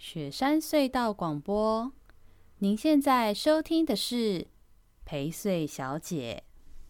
雪山隧道广播，您现在收听的是陪睡小姐。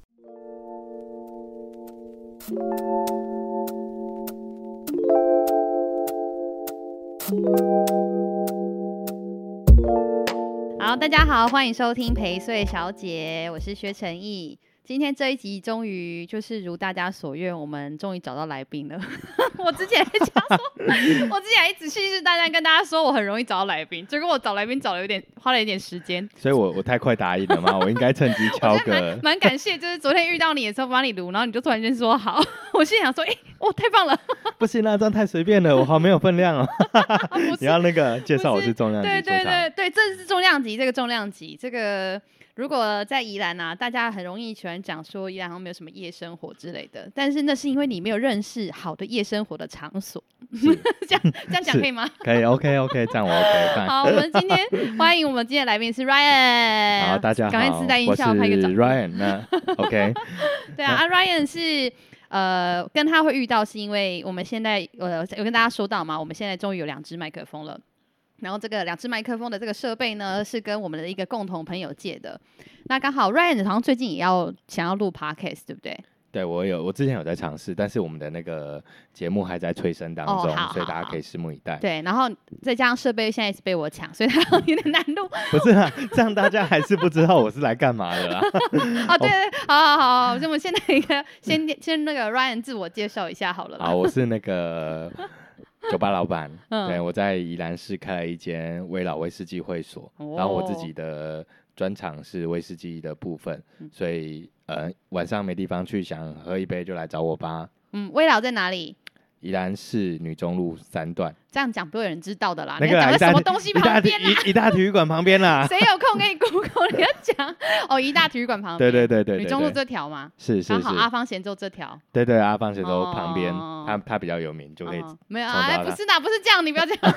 好，大家好，欢迎收听陪睡小姐，我是薛成义。今天这一集终于就是如大家所愿，我们终于找到来宾了。我之前还讲说，我之前还一直蓄势待发跟大家说我很容易找到来宾，结果我找来宾花了一点时间， 所以我太快答应了吗？我应该趁机敲个。 蛮感谢，就是昨天遇到你的时候帮你录，然后你就突然间说好，我心想说，太棒了。 不行啦，这样太随便了，我好没有分量哦。你要那个介绍我是重量级， 对，这是重量级，这个重量级，这个。如果在宜兰啊，大家很容易喜欢讲说宜兰好像没有什么夜生活之类的，但是那是因为你没有认识好的夜生活的场所。这样讲可以吗？ 可以 ，OK， 这样我 OK。 好，我们今天欢迎我们今天的来宾是 Ryan。 好，大家好， 赶快自带音效，拍个掌。 Ryan， 那 OK。 对啊，Ryan 是跟他会遇到是因为我们现在有跟大家说到嘛，我们现在终于有2支麦克风了。然后这个2支麦克风的这个设备呢，是跟我们的一个共同朋友借的。那刚好 Ryan 好像最近也想要录 podcast， 对不对？ 对，我之前有在尝试，但是我们的那个节目还在催生当中，所以大家可以拭目以待。 对，然后再加上设备现在一直被我抢，所以它有点难录。 不是啊，这样大家还是不知道我是来干嘛的啦。 对，好，我们现在一个先那个 Ryan 自我介绍一下好了啦。 好，我是那个酒吧老板，对，我在宜兰市开了一间威老威士忌会所，然后我自己的专长是威士忌的部分，所以晚上没地方去，想喝一杯就来找我吧。 威老在哪里？ 宜兰市女中路3段。 这样讲不会有人知道的啦。 那个讲在什么东西旁边啦？ 宜大体育馆旁边啦。 谁有空给你 Google？ 你要讲宜大体育馆旁边。 对， 女中路这条嘛。 是。 刚好阿方咸粥这条。 对，阿方咸粥旁边，他比较有名，就可以。 没有啊，不是这样，你不要这样。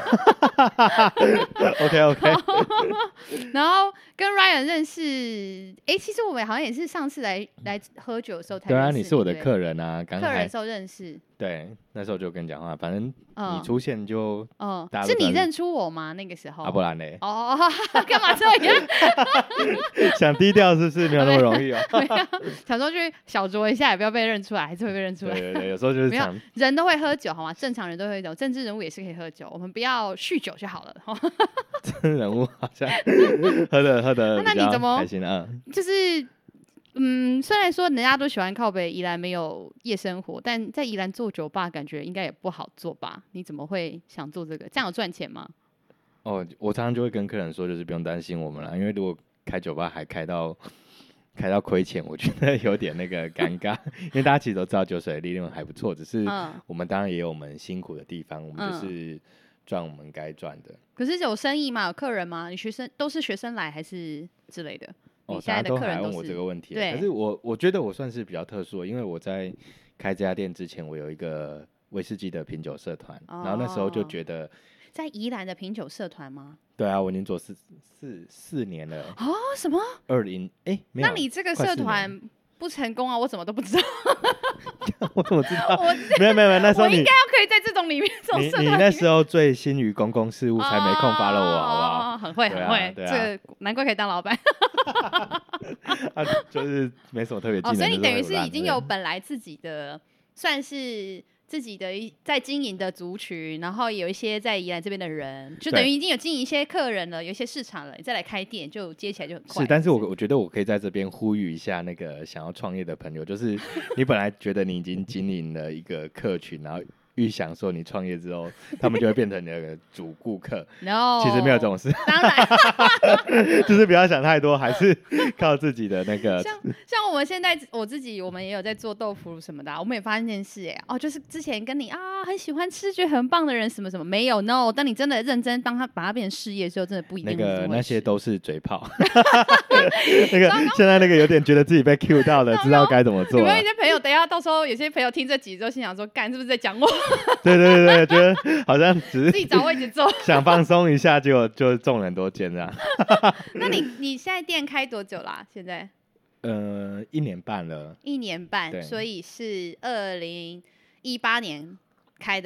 OK。 然后跟 Ryan 认识，其实我们好像也是上次来喝酒的时候才认识。 对啊，你是我的客人啊，客人的时候认识。 对，那时候就跟你讲话，反正你出现就， 是你认出我吗？那个时候不然嘞？ 干嘛这样？ 想低调是不是没有那么容易哦？ 想说去小酌一下，也不要被认出来，还是会被认出来。 对，有时候就是想人都会喝酒，好吗？正常人都会喝酒，政治人物也是可以喝酒，我们不要酗酒就好了。 政治人物好像喝的比较开心啊。 就是。虽然说人家都喜欢靠北宜兰没有夜生活，但在宜兰做酒吧感觉应该也不好做吧？你怎么会想做这个？这样有赚钱吗？ 我常常就会跟客人说，就是不用担心我们啦，因为如果开酒吧还开到亏钱，我觉得有点那个尴尬。因为大家其实都知道酒水的利润还不错，只是我们当然也有我们辛苦的地方，我们就是赚我们该赚的。 可是有生意吗？有客人吗？你都是学生来还是之类的？ 大家都还问我这个问题，可是我觉得我算是比较特殊，因为我在开这家店之前，我有一个威士忌的品酒社团，然后那时候就觉得， 在宜兰的品酒社团吗？ 对啊，我已经做4年了。 什么 ？20没有？ 那你这个社团不成功啊？我怎么都不知道。 我怎么知道？没有，那时候我应该可以在这种里面，这种社团里面。 你那时候醉心于公共事务，才没空follow我，好不好？ 很会，这个难怪可以当老板。 就是没什么特别技能。 所以你等于是已经有本来自己的，算是自己的在经营的族群，然后有一些在宜兰这边的人，就等于已经有经营一些客人了，有一些市场了，你再来开店就接起来就很快。 是，但是我觉得我可以在这边呼吁一下那个想要创业的朋友，就是你本来觉得你已经经营了一个客群，然后预想说你创业之后，他们就会变成你的主顾客。 No， 其实没有这种事。 当然， 就是不要想太多，还是靠自己的那个。 像我们现在我们也有在做豆腐什么的，我们也发现一件事，就是之前跟你很喜欢吃，觉得很棒的人，什么什么没有 ，no。当你真的认真把它变成事业的时候，真的不一定。 那些都是嘴炮。那个现在那个有点觉得自己被 cue 到了，知道该怎么做。 有没有一些朋友，等一下到时候有些朋友听这集之后，心想说，干是不是在讲我？ 对，觉得好像只是自己找位置坐， 想放松一下，就众人多见这样。 那你现在店开多久啦？现在 1年半了。 1年半，所以是2018年开的。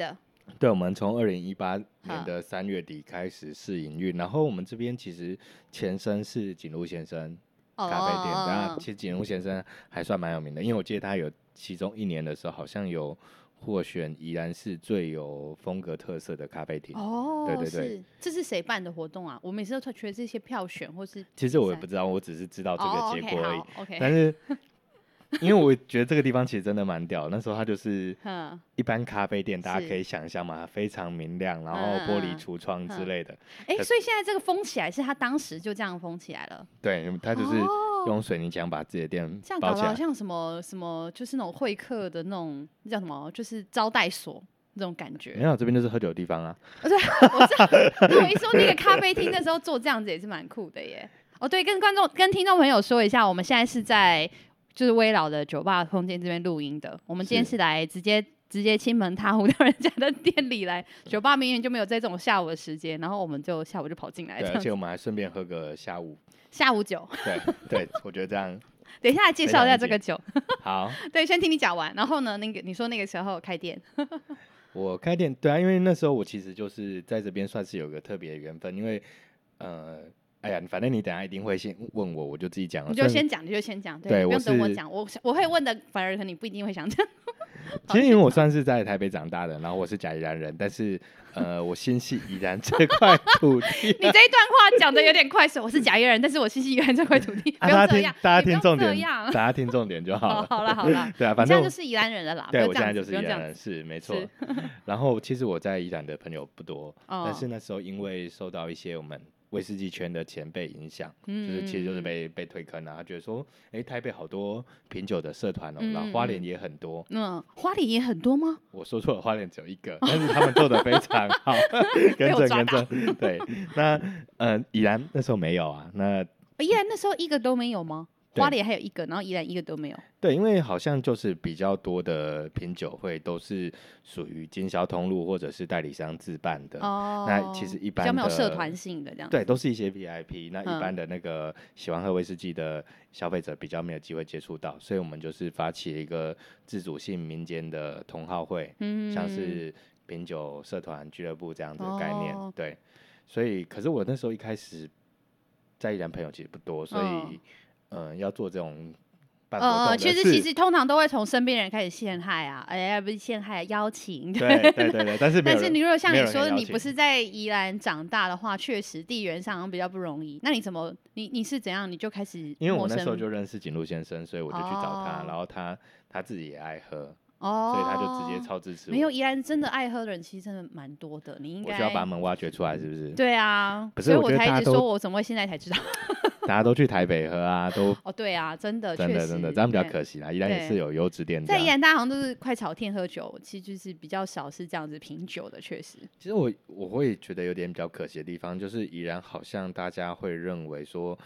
对，我们从2018年的3月底开始试营运，然后我们这边其实前身是锦路先生咖啡店，但其实锦路先生还算蛮有名的，因为我记得他有其中1年的时候好像有获选宜兰市最有风格特色的咖啡厅。对对对， 这是谁办的活动啊？我每次都觉得这些票选或是其实我也不知道，我只是知道这个结果而已。 okay, 但是因为我觉得这个地方其实真的蛮屌，那时候它就是一般咖啡店，大家可以想象嘛，非常明亮，然后玻璃橱窗之类的。 所以现在这个封起来是他当时就这样封起来了？ 对，他就是用水泥墙把自己的店这样搞得好像什么什么，就是那种会客的那种叫什么，就是招待所那种感觉。 没有，这边就是喝酒的地方啊。 对，我知道。那我一说那个咖啡厅的时候做这样子也是蛮酷的耶。对，跟听众朋友说一下，我们现在是在就是微老的酒吧空间这边录音的。我们今天是来直接亲门踏户到人家的店里来，酒吧明明就没有在这种下午的时间，然后我们就下午就跑进来。 对，而且我们还顺便喝个下午酒。 对，我觉得这样。 等一下来介绍一下这个酒。 好， 对，先听你讲完，然后呢，你说那个时候开店。 我开店，对啊，因为那时候我其实就是在这边算是有个特别的缘分，因为哎呀，反正你等一下一定会先问我，我就自己讲了。 你就先讲，对，不用等我讲，我会问的，反而可能你不一定会想讲。 其实因为我算是在台北长大的，然后我是嘉义人，但是我心系宜兰这块土地。 你这一段话讲的有点快，我是嘉义人，但是我心系宜兰这块土地。不用这样， 大家听重点，大家听重点就好了。 好了， 对啊，反正现在就是宜兰人了啦。 对，我现在就是宜兰人，是没错。然后其实我在宜兰的朋友不多，但是那时候因为受到一些我们威士忌圈的前辈影响，其实就是被推坑了。他觉得说，台北好多品酒的社团哦，然后花莲也很多。 花莲也很多吗？ 我说错了，花莲只有1个，但是他们做的非常好。更正。对，那宜兰那时候没有啊。那宜兰那时候1个都没有吗？花莲还有1个，然后宜兰1个都没有。 对，因为好像就是比较多的品酒会都是属于经销通路或者是代理商自办的。那其实一般的比较没有社团性的这样。 对，都是一些 VIP。那一般的那个喜欢喝威士忌的消费者比较没有机会接触到，所以我们就是发起了一个自主性民间的同好会，像是品酒社团俱乐部这样子的概念。对，所以可是我那时候一开始在宜兰朋友其实不多，所以要做这种办活动的事， 其实通常都会从身边人开始陷害啊，不是陷害，邀请。 对，但是你如果像你说的，你不是在宜兰长大的话，确实地缘上比较不容易。那你怎么你是怎样你就开始？ 因为我那时候就认识锦路先生，所以我就去找他，然后他自己也爱喝。所以他就直接超支持我。 没有，宜兰真的爱喝的人其实真的蛮多的，你应该我需要把他们挖掘出来，是不是？ 对啊， 所以我才一直说我怎么会现在才知道。 大家都去台北喝啊，都对啊，真的， 这样比较可惜啦。宜兰也是有优质店， 在宜兰大家好像都是快炒店喝酒，其实就是比较少是这样子品酒的，确实。 其实我会觉得有点比较可惜的地方，就是宜兰好像大家会认为说，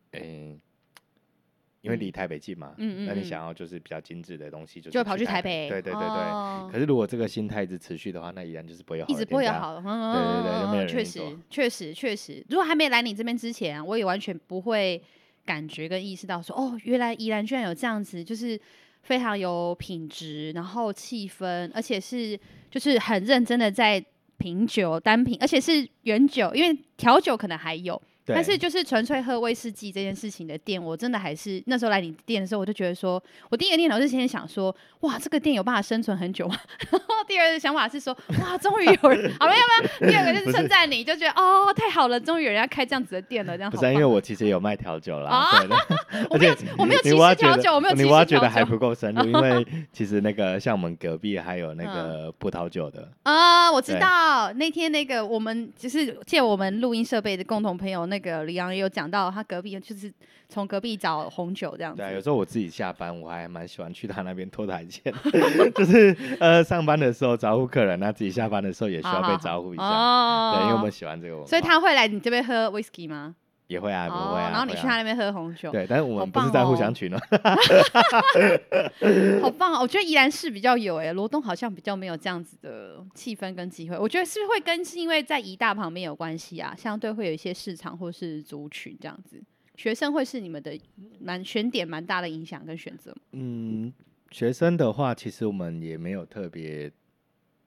因为离台北近嘛，那你想要就是比较精致的东西，就跑去台北。 对。可是如果这个心态一直持续的话，那宜兰就是不会有好的店家， 一直不会有好。 对， 确实。如果还没来你这边之前，我也完全不会感觉跟意识到说，原来宜兰居然有这样子，就是非常有品质，然后气氛，而且是就是很认真的在品酒单品，而且是原酒，因为调酒可能还有。但是就是纯粹喝威士忌这件事情的店，我真的还是那时候来你店的时候，我就觉得说，我第一个念头是先想说，哇，这个店有办法生存很久吗？然后第二个想法是说，哇，终于有人，好了，要不要？第二个就是称赞你，就觉得太好了，终于有人要开这样子的店了，这样好。 不是，因为我其实也有卖调酒啦， 我没有歧视调酒，我没有歧视调酒。 你挖掘的还不够深入，因为其实那个像我们隔壁还有那个葡萄酒的我知道那天那个我们就是借我们录音设备的共同朋友。那个李阳也有讲到，他隔壁就是从隔壁找红酒这样子。 对，有时候我自己下班，我还蛮喜欢去他那边拖台前，就是上班的时候招呼客人，那自己下班的时候也需要被招呼一下。对，因为我们喜欢这个文化。 所以他会来你这边喝 whisky 吗？ 也会啊，不会啊。 然后你去他那边喝红酒。 对，但是我们不是在互相取暖。 好棒哦！我觉得宜兰市比较有罗东好像比较没有这样子的气氛跟机会。我觉得是会是因为在宜大旁边有关系啊，相对会有一些市场或是族群这样子。学生会是你们的选点蛮大的影响跟选择吗？ 学生的话，其实我们也没有特别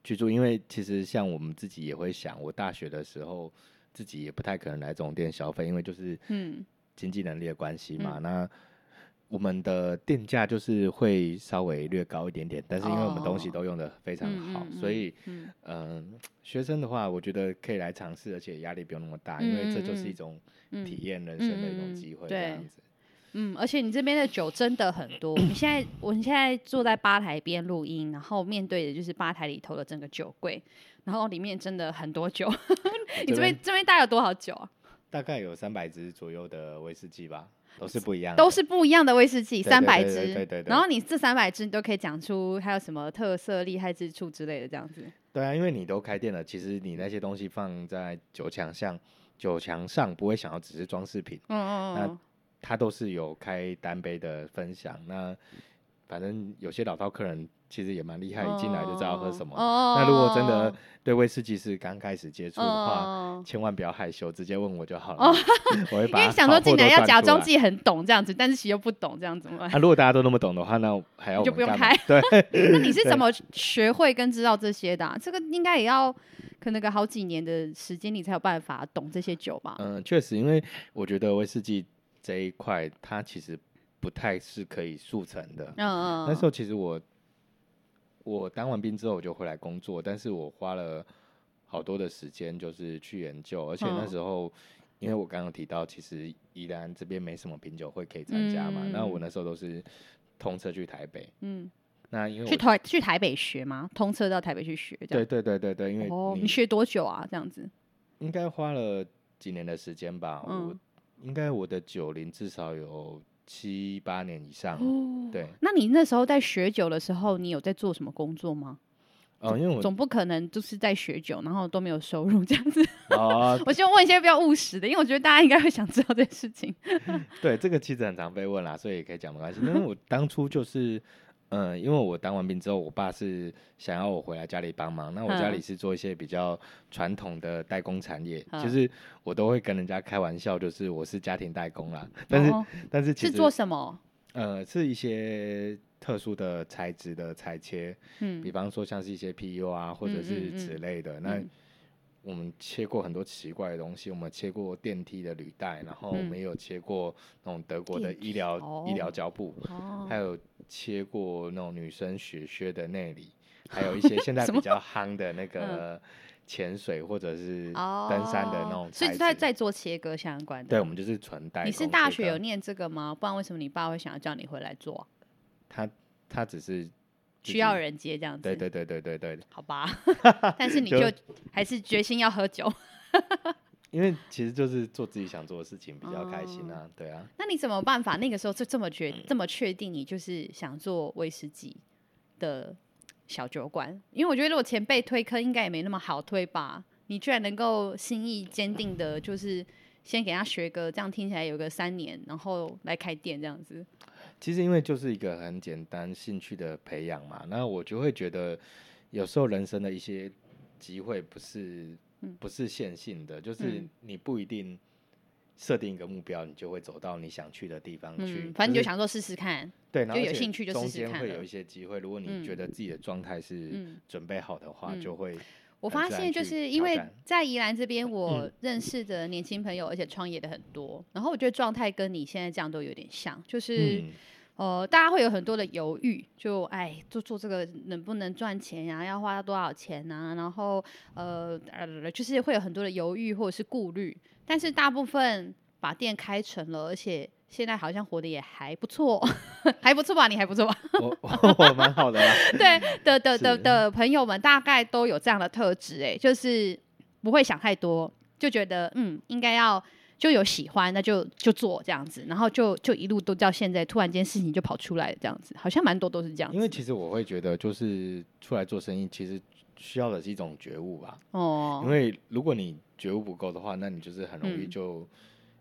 居住，因为其实像我们自己也会想，我大学的时候自己也不太可能来这种店消费，因为就是经济能力的关系嘛。那我们的店价就是会稍微略高一点点，但是因为我们东西都用的非常好，所以学生的话，我觉得可以来尝试，而且压力不用那么大，因为这就是一种体验人生的一种机会，这样子。 而且你这边的酒真的很多。我现在坐在吧台边录音，然后面对的就是吧台里头的整个酒柜，然后里面真的很多酒。你这边大概有多少酒啊？ 大概有300支左右的威士忌吧，都是不一样的威士忌，300支。 对。 然后你这300支，你都可以讲出还有什么特色、厉害之处之类的，这样子。 对啊，因为你都开店了，其实你那些东西放在酒墙上，不会想要只是装饰品。那他都是有开单杯的分享，那反正有些老饕客人其实也蛮厉害，一进来就知道喝什么。那如果真的对威士忌是刚开始接触的话，千万不要害羞，直接问我就好了。我会把因为想说进来要假装自己很懂这样子，但是其实又不懂这样子嘛。 如果大家都那么懂的话，那还要我们就不用开。 对。 那你是怎么学会跟知道这些的？这个应该也要可能个好几年的时间，你才有办法懂这些酒吧？ 确实，因为我觉得威士忌这一块，它其实不太是可以速成的。那时候其实我当完兵之后我就回来工作，但是我花了好多的时间就是去研究，而且那时候因为我刚刚提到，其实宜兰这边没什么品酒会可以参加嘛，那我那时候都是通车去台北。那因为去台北学吗？通车到台北去学？ 对，因为你学多久啊？这样子？ 应该花了几年的时间吧。应该我的酒龄至少有7、8年以上。对。 那你那时候在学酒的时候，你有在做什么工作吗？ 因为总不可能就是在学酒，然后都没有收入这样子。我希望问一些比较务实的，因为我觉得大家应该会想知道这件事情。 对，这个其实很常被问啦，所以也可以讲没关系。因为我当初就是因为我当完兵之后，我爸是想要我回来家里帮忙。那我家里是做一些比较传统的代工产业，就是我都会跟人家开玩笑，就是我是家庭代工啦。但是其实是做什么？ 是一些特殊的材质的裁切，比方说像是一些 PU 啊，或者是纸类的。那我们切过很多奇怪的东西，我们切过电梯的履带，然后我们也有切过那种德国的医疗胶布，还有切过那种女生雪靴的内里，还有一些现在比较夯的那个潜水或者是登山的那种材质。 所以在做切割相关的。 对，我们就是纯代工。 你是大学有念这个吗？不然为什么你爸会想要叫你回来做？ 他只是需要人接这样子。 对。 好吧。但是你就还是决心要喝酒。 因为其实就是做自己想做的事情比较开心啊。对啊。 那你怎么办法？那个时候就这么确定你就是想做威士忌的小酒馆？因为我觉得如果前辈推坑应该也没那么好推吧。你居然能够心意坚定的，就是先给他学个，这样听起来有个3年，然后来开店这样子。 其实因为就是一个很简单兴趣的培养嘛，那我就会觉得有时候人生的一些机会不是线性的，就是你不一定设定一个目标，你就会走到你想去的地方去。 反正你就想说试试看， 对，然后就有兴趣就试试看。 中间会有一些机会，如果你觉得自己的状态是准备好的话，就会。 我发现就是因为在宜兰这边，我认识的年轻朋友，而且创业的很多，然后我觉得状态跟你现在这样都有点像，就是大家会有很多的犹豫，就做这个能不能赚钱呀？要花多少钱啊？然后就是会有很多的犹豫或者是顾虑，但是大部分把店开成了，而且现在好像活得也还不错，还不错吧？你还不错吧？ 我蛮好的啦。 对的朋友们大概都有这样的特质，就是不会想太多，就觉得应该要就有喜欢，那就做这样子，然后就一路都到现在，突然间事情就跑出来了这样子，好像蛮多都是这样子。 因为其实我会觉得，就是出来做生意，其实需要的是一种觉悟吧。因为如果你觉悟不够的话，那你就是很容易就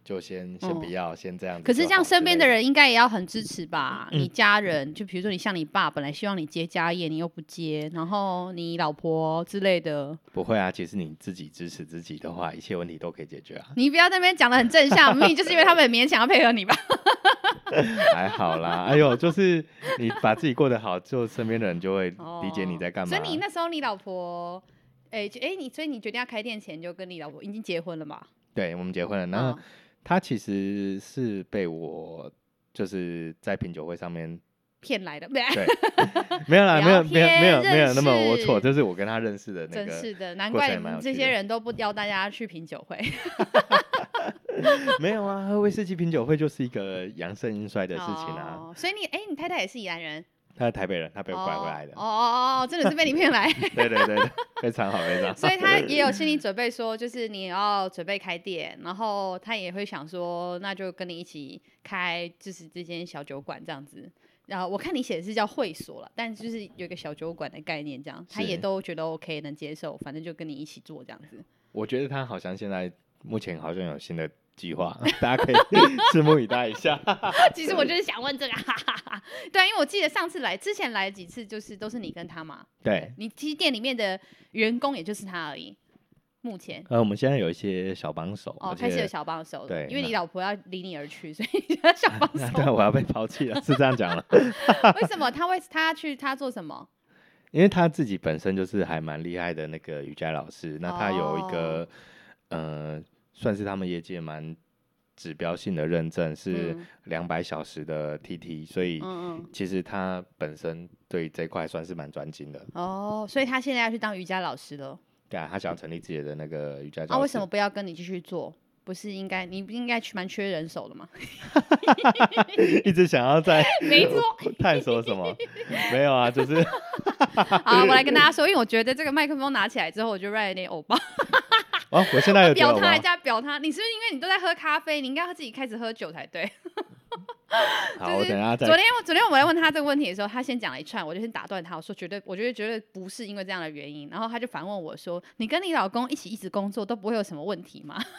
就先不要，先这样子。 可是这样身边的人应该也要很支持吧？你家人，就比如说你像你爸，本来希望你接家业，你又不接，然后你老婆之类的。 不会啊，其实你自己支持自己的话，一切问题都可以解决啊。 你不要在那边讲得很正向，明明就是因为他们很勉强要配合你吧。 还好啦，哎呦，就是你把自己过得好，就身边的人就会理解你在干嘛。 所以你那时候你老婆，所以你决定要开店前就跟你老婆已经结婚了嘛？ 对，我们结婚了。然后他其实是被我就是在品酒会上面骗来的， 对，没有啦，没有那么龌龊，就是我跟他认识的那个。 真是的，难怪这些人都不邀大家去品酒会。 没有啊，喝威士忌品酒会就是一个阳盛阴衰的事情啊。 所以你太太也是宜兰人？ 他是台北人，他被我拐回来的。 真的是被你骗来。 对，非常好，非常好。 所以他也有心理准备，说就是你要准备开店，然后他也会想说，那就跟你一起开，就是这间小酒馆这样子。然后我看你写的是叫会所了，但就是有一个小酒馆的概念，这样他也都觉得 OK， 能接受，反正就跟你一起做这样子。 我觉得他好像现在目前好像有新的计划，大家可以拭目以待一下。 其实我就是想问这个，对，因为我记得上次之前来几次，就是都是你跟他嘛。 对， 你其实店里面的员工也就是他而已。目前我们现在有一一些小帮手开始有小帮手了。 对， 因为你老婆要离你而去，所以你就要小帮手。 对，我要被抛弃了，是这样讲了。 为什么他做什么？ 因为他自己本身就是还蛮厉害的那个瑜伽老师，那他有一个算是他们业界蛮指标性的认证，是200小时的 TT， 所以其实他本身对这一块算是蛮专精的。 所以他现在要去当瑜伽老师了。 对啊，他想成立自己的那个瑜伽教室。 为什么不要跟你继续做？不是你不应该蛮缺人手的吗？ 一直想要在没错探索什么？没有啊，就是好，我来跟大家说，因为我觉得这个麦克风拿起来之后，我就有点欧巴。 我现在有表他一下，表他，你是不是因为你都在喝咖啡，你应该自己开始喝酒才对？ 好，我等一下再。 昨天我在问他这个问题的时候，他先讲了一串，我就先打断他，我说我觉得绝对不是因为这样的原因，然后他就反问我说：“你跟你老公一直工作都不会有什么问题吗？”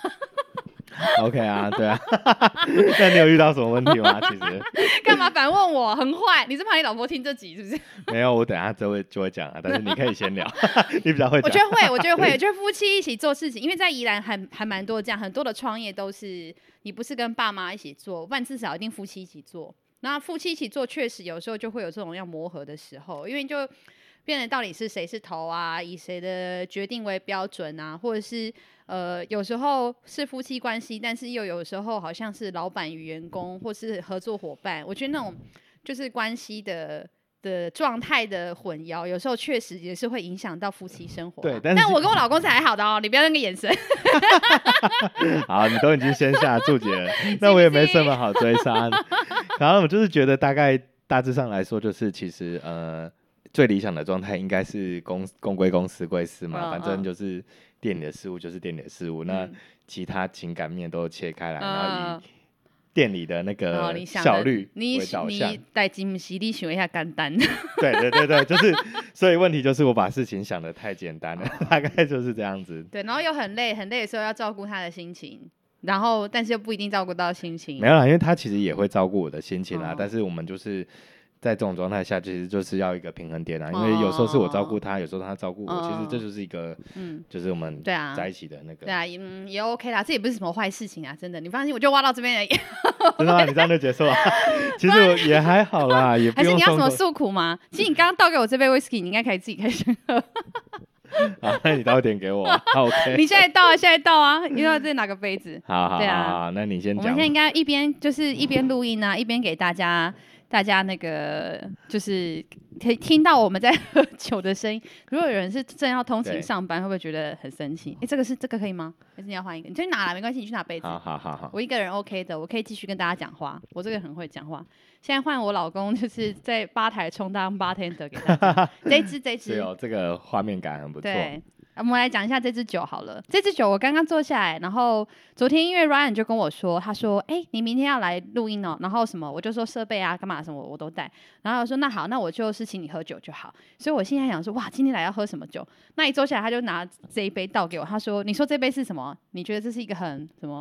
OK 啊，对啊。那你有遇到什么问题吗？其实干嘛反问我？很坏，你是怕你老婆听这集是不是？ 没有，我等一下就会讲啊，但是你可以先聊。你比较会讲。 我觉得会，就是夫妻一起做事情，因为在宜兰还蛮多这样，很多的创业都是你不是跟爸妈一起做，不然至少一定夫妻一起做。那夫妻一起做，确实有时候就会有这种要磨合的时候，因为就变成到底是谁是头啊，以谁的决定为标准啊，或者是有时候是夫妻关系，但是又有时候好像是老板与员工，或是合作伙伴。我觉得那种就是关系的状态的混淆，有时候确实也是会影响到夫妻生活。 对， 但我跟我老公是还好的哦，你不要那个眼神。 好，你都已经先下注解了，那我也没什么好追杀。然后我就是觉得大致上来说，就是其实最理想的状态应该是公归公，私归私嘛，反正就是店里的事务就是店里的事务，那其他情感面都切开来，然后以店里的那个效率为导向。 你代志不是你想一下简单。 对，就是所以问题就是我把事情想得太简单了，大概就是这样子。 对，然后又很累的时候要照顾他的心情，然后但是又不一定照顾到心情。 没有啦，因为他其实也会照顾我的心情啦，但是我们就是在这种状态下，其实就是要一个平衡点啊，因为有时候是我照顾他，有时候他照顾我，其实这就是一个，就是我们在一起的那个。 对啊，也 OK 啦，这也不是什么坏事情啊，真的，你放心，我就挖到这边而已。 真的吗？你这样就结束了？其实我也还好啦，也不用。 还是你要什么诉苦吗？其实你刚刚倒给我这杯 whisky， 你应该可以自己开始喝。 好，那你倒一点给我。好 OK。 你现在倒啊！你要再拿个杯子。 好， 对啊， 那你先讲。 我们现在应该一边录音啊，一边给大家那个就是听到我们在喝酒的声音。如果有人是正要通勤上班，会不会觉得很生气？这个可以吗？还是你要换一个？你去拿啦，没关系，你去拿杯子。 好。 我一个人 OK 的，我可以继续跟大家讲话。我这个很会讲话。现在换我老公，就是在吧台充当 bartender 给大家。这支是有这个画面感很不错。 对。我们来讲一下这支酒好了。这支酒我刚刚坐下来，然后昨天因为 Ryan 就跟我说，他说：“你明天要来录音哦。”然后什么，我就说设备啊、干嘛什么我都带。然后我说：“那好，那我就是请你喝酒就好。”所以我现在想说，哇，今天来要喝什么酒？那一坐下来，他就拿这一杯倒给我，他说：“你说这杯是什么？你觉得这是一个很什么？”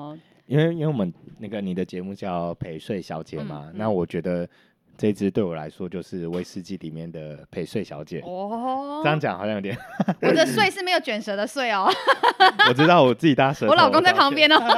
因为我们那个你的节目叫陪睡小姐嘛，那我觉得这支对我来说就是威士忌里面的陪睡小姐。哦，这样讲好像有点我的睡是没有卷舌的睡哦。 我知道我自己搭舌头， 我老公在旁边哦。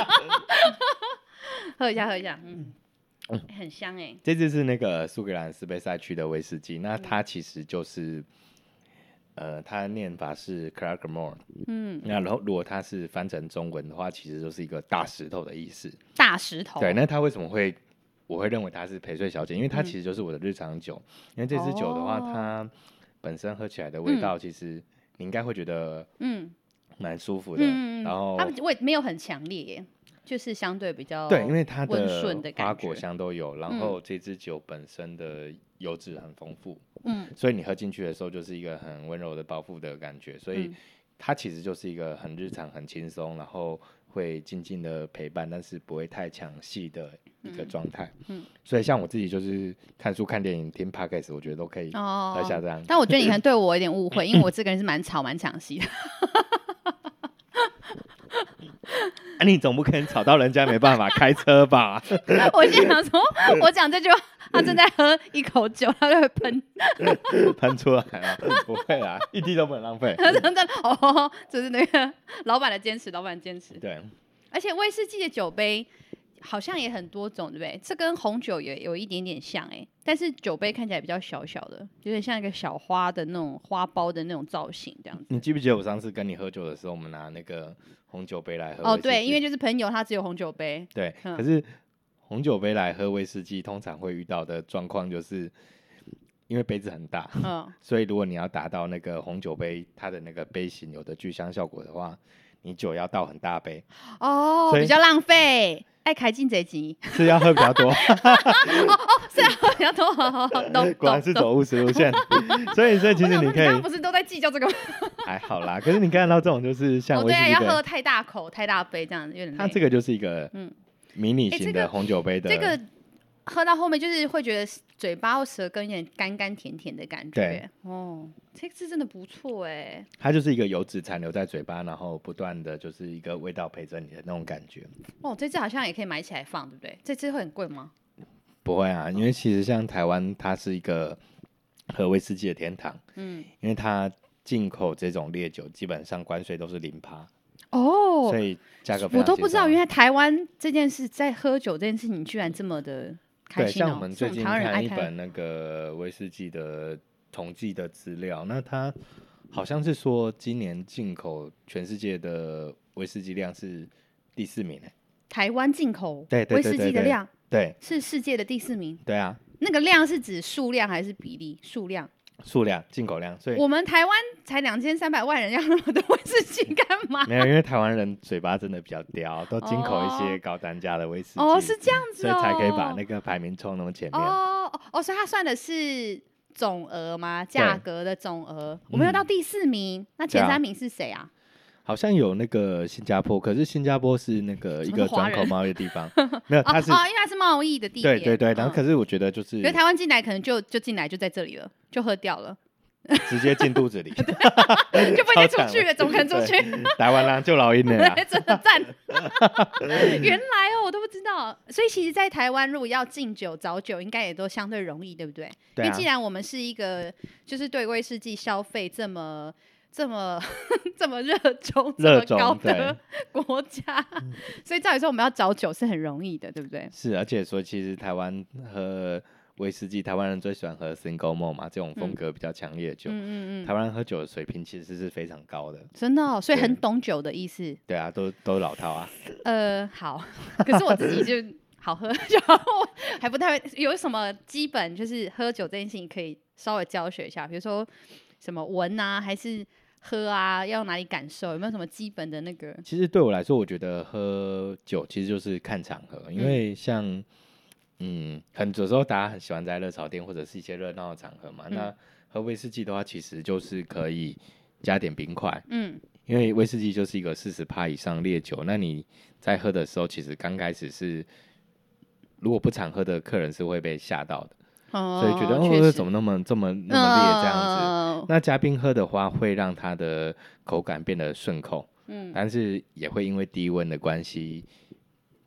喝一下，很香哎。 这支是那个苏格兰斯卑塞区的威士忌，那它其实就是它的念法是 Clarkmore， 那然后如果它是翻成中文的话，其实就是一个大石头的意思。 大石头。 对，那它为什么我会认为它是陪睡小姐？因为它其实就是我的日常酒。因为这支酒的话，它本身喝起来的味道，其实你应该会觉得蛮舒服的。然后它味没有很强烈耶。就是相对比较对，因为它的花果香都有，然后这支酒本身的油脂很丰富，所以你喝进去的时候就是一个很温柔的饱腹的感觉，所以它其实就是一个很日常、很轻松，然后会静静的陪伴，但是不会太抢戏的一个状态。所以像我自己就是看书、看电影、听 podcast， 我觉得都可以喝下这样。 但我觉得你可能对我有点误会，因为我这个人是蛮吵、蛮抢戏的。 你总不可能吵到人家没办法开车吧？ 我现在想说，我讲这句话，他正在喝一口酒，他就会喷出来啊！不会啦，一滴都不能浪费。 哦，这是那个老板的坚持， 对， 而且威士忌的酒杯好像也很多种，对不对？这跟红酒也有一点点像但是酒杯看起来比较小小的，有点像一个小花的那种花苞的那种造型这样子。 你记不记得我上次跟你喝酒的时候，我们拿那个红酒杯来喝威士忌？ 对，因为就是朋友他只有红酒杯。 对，可是红酒杯来喝威士忌，通常会遇到的状况就是，因为杯子很大，所以如果你要达到那个红酒杯它的那个杯型有的聚香效果的话，你酒要倒很大杯比较浪费。爱开进这集是要喝比较多是要喝比较多， 果然是走务实路线。所以其实你可以， 刚刚不是都在计较这个吗？ 还好啦，可是你看到这种就是像威士忌要喝太大口、太大杯这样有点累。 它这个就是一个迷你型的红酒杯的， 这个喝到后面就是会觉得嘴巴或舌根有点干干甜甜的感觉。 对， 这次真的不错它就是一个油脂残留在嘴巴，然后不断的就是一个味道陪着你的那种感觉。 这次好像也可以买起来放，对不对？这次会很贵吗？ 不会啊，因为其实像台湾，它是一个喝威士忌的天堂。因为它进口这种烈酒，基本上关税都是0%。所以价格非常轻松。 我都不知道，原来台湾这件事在喝酒这件事情居然这么的开心。 对，像我们最近看一本那个威士忌的统计的资料，那它好像是说今年进口全世界的威士忌量是第4名。 台湾进口威士忌的量， 对， 是世界的第4名。 对啊， 那个量是指数量还是比例？数量， 进口量。所以我们台湾才2300万人，要那么多威士忌干嘛？ 没有，因为台湾人嘴巴真的比较刁，都进口一些高单价的威士忌。 是这样子所以才可以把那个排名冲那么前面。 所以他算的是总额吗？价格的总额。我们有到第4名，那前3名是谁啊？ 好像有那个新加坡，可是新加坡是那个一个转口贸易的地方，没有，它是因为它是贸易的地点。 对，然后可是我觉得就是， 可是台湾进来可能就进来就在这里了，就喝掉了， 直接进肚子里， 就不会再出去了，怎么可能出去？ 台湾人就老鹰了啦， 真的赞！原来我都不知道，所以其实，在台湾如果要进酒找酒，应该也都相对容易，对不对？因为既然我们是一个就是对威士忌消费这么热衷这么高的国家，所以照理说我们要找酒是很容易的，对不对？ 是，而且说其实台湾喝威士忌，台湾人最喜欢喝 Single Malt 嘛，这种风格比较强烈的酒。台湾人喝酒的水平其实是非常高的， 真的所以很懂酒的意思。 对啊，都老套啊。 好，可是我自己就好喝酒，还不太会有什么基本就是喝酒这件事情可以稍微教学一下，比如说什么闻啊，还是喝啊，要哪里感受？有没有什么基本的那个？ 其实对我来说，我觉得喝酒其实就是看场合，因为像很有时候大家很喜欢在热炒店或者是一些热闹的场合嘛。那喝威士忌的话，其实就是可以加点冰块，因为威士忌就是一个40%以上烈酒。那你在喝的时候，其实刚开始是如果不常喝的客人是会被吓到的。所以觉得怎么那么烈这样子。那加冰喝的话，会让它的口感变得顺口，但是也会因为低温的关系，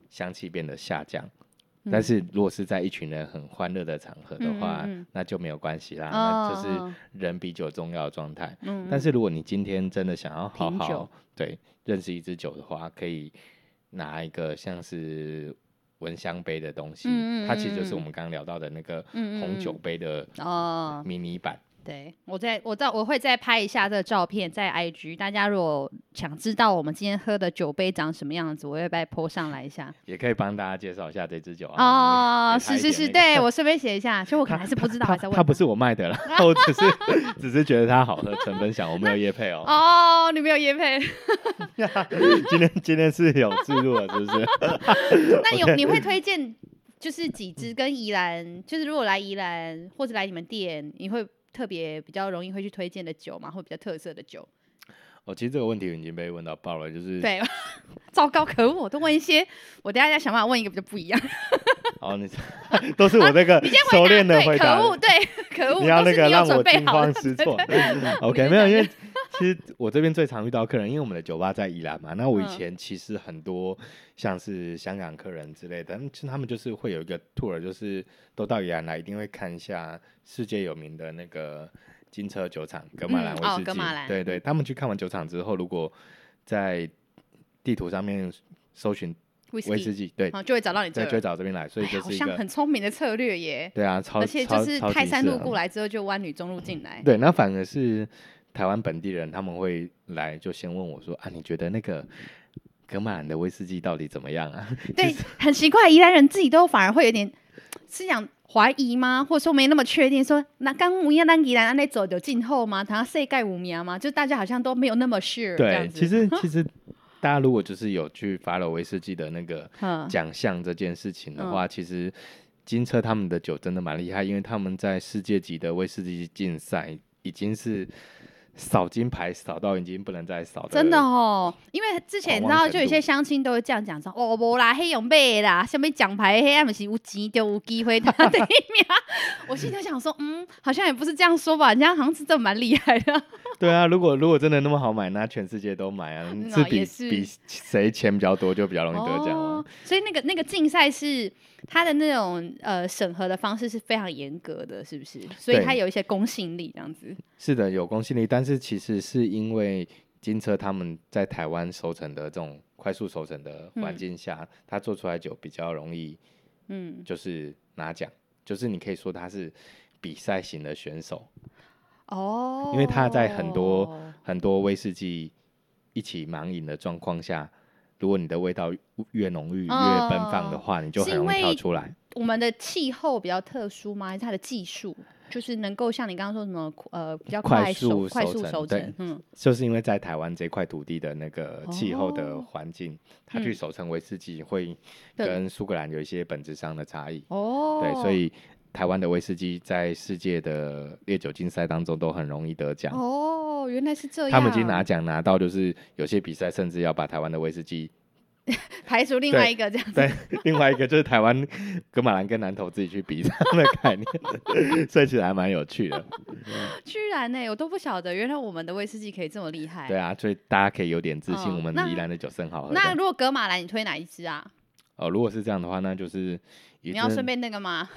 香气变得下降。但是如果是在一群人很欢乐的场合的话，那就没有关系啦，那就是人比酒重要的状态。但是如果你今天真的想要好好对认识一支酒的话，可以拿一个像是闻香杯的东西，它其实就是我们刚刚聊到的那个红酒杯的迷你版。 对，我会再拍一下这个照片在 IG， 大家如果想知道我们今天喝的酒杯长什么样子，我会再 po 上来一下， 也可以帮大家介绍一下这支酒啊。 是，对我顺便写一下，就我可能还是不知道，还在问。 它不是我卖的啦，我只是觉得它好喝，纯分享，我没有业配你没有业配。 今天是有置入了，是不是？ 那你会推荐就是几支跟宜兰，就是如果来宜兰或者来你们店，你会特别比较容易会去推荐的酒吗？或比较特色的酒？ 其实这个问题已经被问到爆了，就是对，糟糕，可恶，我都问一些，我等一下再想办法问一个比较不一样。 你都是我那个熟练的回答， 可恶，对，可恶， 你要那个让我惊慌失措。OK， 没有，因为其实我这边最常遇到客人，因为我们的酒吧在宜兰嘛，那我以前其实很多像是香港客人之类的，他们就是会有一个 tour， 就是都到宜兰来，一定会看一下世界有名的那个金车酒厂噶玛兰威士忌。对对，他们去看完酒厂之后，如果在地图上面搜寻威士忌，对， 就会找到你这， 就会找这边来，所以就是一个很聪明的策略耶。 对啊， 而且就是开山路过来之后，就弯女中路进来。 对，那反而是台湾本地人，他们会来就先问我说你觉得那个噶玛兰的威士忌到底怎么样啊？ 对，很奇怪，宜兰人自己都反而会有点是想怀疑吗？或者说没那么确定，说那刚有影咱宜兰那走有进后吗？他世界有名吗？就大家好像都没有那么 sure。 对，其实大家如果就是有去 follow 威士忌的那个奖项这件事情的话，其实金车他们的酒真的蛮厉害，因为他们在世界级的威士忌竞赛已经是扫金牌扫到已经不能再扫的， 真的因为之前你知道就有些乡亲都会这样讲说没啦，黑用买啦，什么奖牌黑不是有钱就有机会拿第一名。我心里想说好像也不是这样说吧，人家好像是真的蛮厉害的。 对啊，如果真的那么好买，那全世界都买啊，是比谁钱比较多就比较容易得奖啊。 所以那个竞赛是它的那种审核的方式是非常严格的，是不是？所以它有一些公信力这样子。 是的，有公信力，但是其实是因为金车他们在台湾熟成的这种快速熟成的环境下，它做出来酒比较容易，就是拿奖，就是你可以说他是比赛型的选手。因为他在很多威士忌一起盲饮的状况下，如果你的味道越浓郁、越奔放的话，你就很容易跳出来。 我们的气候比较特殊吗？还是它的技术就是能够像你刚刚说什么比较快速熟成？ 就是因为在台湾这块土地的那个气候的环境，它去熟成威士忌会跟苏格兰有一些本质上的差异。对，所以台湾的威士忌在世界的烈酒竞赛当中都很容易得奖。 原来是这样。 他们已经拿奖拿到，就是有些比赛甚至要把台湾的威士忌排除另外一个这样子。 对，另外一个就是台湾噶玛兰跟南投自己去比这样的概念，所以其实还蛮有趣的。 居然我都不晓得，原来我们的威士忌可以这么厉害。 对啊，所以大家可以有点自信，我们宜兰的酒是很好喝的。 那如果噶玛兰，你推哪一支啊？ 如果是这样的话，那就是你要顺便那个吗？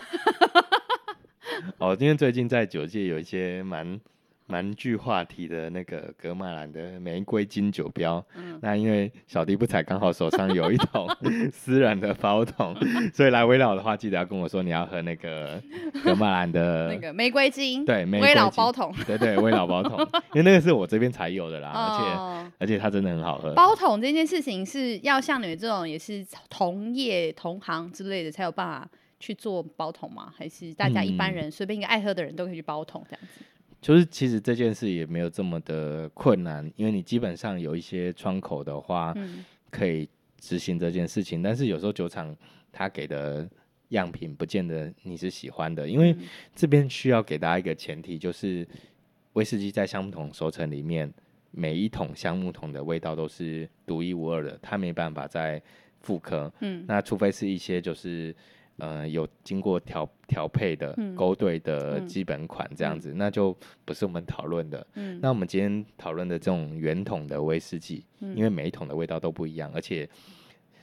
因为最近在酒界有一些蛮具话题的那个噶玛兰的玫瑰金酒标，那因为小弟不才刚好手上有一桶私人的包桶，所以来微老的话，记得要跟我说你要喝那个噶玛兰的那个玫瑰金， 对， 微老包桶， 对，微老包桶，因为那个是我这边才有的啦，而且它真的很好喝。 包桶这件事情是要像你们这种也是同业同行之类的才有办法去做包桶吗？还是大家一般人随便一个爱喝的人都可以去包桶这样子？ 就是其实这件事也没有这么的困难，因为你基本上有一些窗口的话，可以执行这件事情。但是有时候酒厂他给的样品不见得你是喜欢的，因为这边需要给大家一个前提，就是威士忌在橡木桶熟成里面，每一桶橡木桶的味道都是独一无二的，它没办法再复刻。那除非是一些就是有经过调配的勾兑的基本款这样子，那就不是我们讨论的。那我们今天讨论的这种圆桶的威士忌，因为每一桶的味道都不一样，而且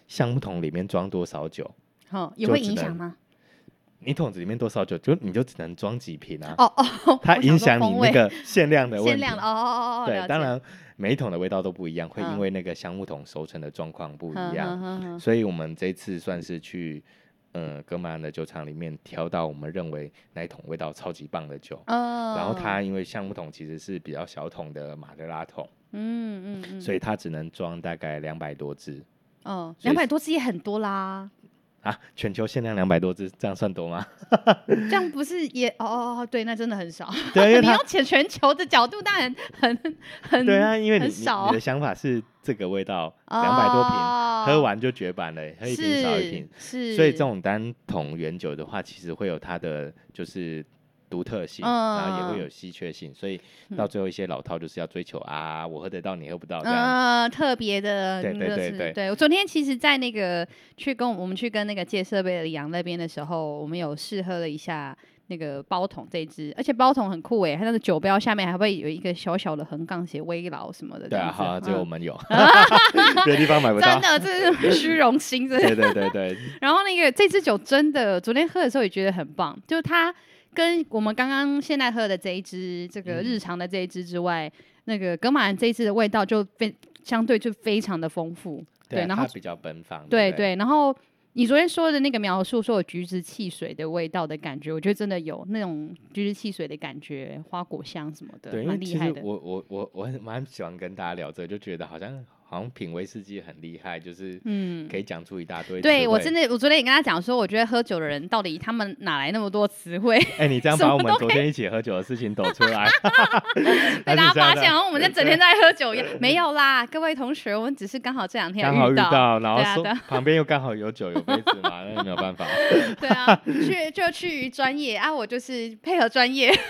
橡木桶里面装多少酒， 也会影响吗？ 你桶子里面多少酒，你就只能装几瓶啊。 它影响你那个限量的问题。 限量的对，当然每一桶的味道都不一样，会因为那个橡木桶熟成的状况不一样，所以我们这次算是去格马兰的酒厂里面挑到我们认为那一桶味道超级棒的酒。然后它因为橡木桶其实是比较小桶的马德拉桶，所以它只能装大概200多支。 200多支也很多啦。 全球限量200多支，这样算多吗？ 这样不是也对，那真的很少。 对， 你用全球的角度，当然很对啊，因为你的想法是这个味道200多瓶，喝完就绝版了，喝一瓶少一瓶，所以这种单桶原酒的话，其实会有它的就是独特性，然后也会有稀缺性，所以到最后一些老饕就是要追求我喝得到你喝不到这样， 特别的。对，我昨天其实在那个我们去跟那个借设备的李阳那边的时候，我们有试喝了一下那个包桶这一支，而且包桶很酷它那个酒标下面还会有一个小小的横杠写微劳什么的。 对好，这个我们有，别的地方买不到。 真的，这是虚荣心。 对。然后那个这支酒真的，昨天喝的时候也觉得很棒，就是它跟我们刚刚现在喝的这一支这个日常的这一支之外，那个格马兰这一支的味道就相对就非常的丰富。对，然后它比较奔放。 对，然后你昨天说的那个描述，说有橘子汽水的味道的感觉，我觉得真的有那种橘子汽水的感觉，花果香什么的， 对， 蛮厉害的。 我蛮喜欢跟大家聊这个，就觉得好像品威士忌很厉害，就是可以讲出一大堆。 对，我昨天也跟他讲说，我觉得喝酒的人到底他们哪来那么多词汇？ 你这样把我们昨天一起喝酒的事情抖出来， 被大家发现，然后我们在整天在喝酒一样。没有啦，各位同学，我们只是刚好这2天刚好遇到，然后旁边又刚好有酒有杯子嘛，那没有办法。 对啊，趋于专业我就是配合专业。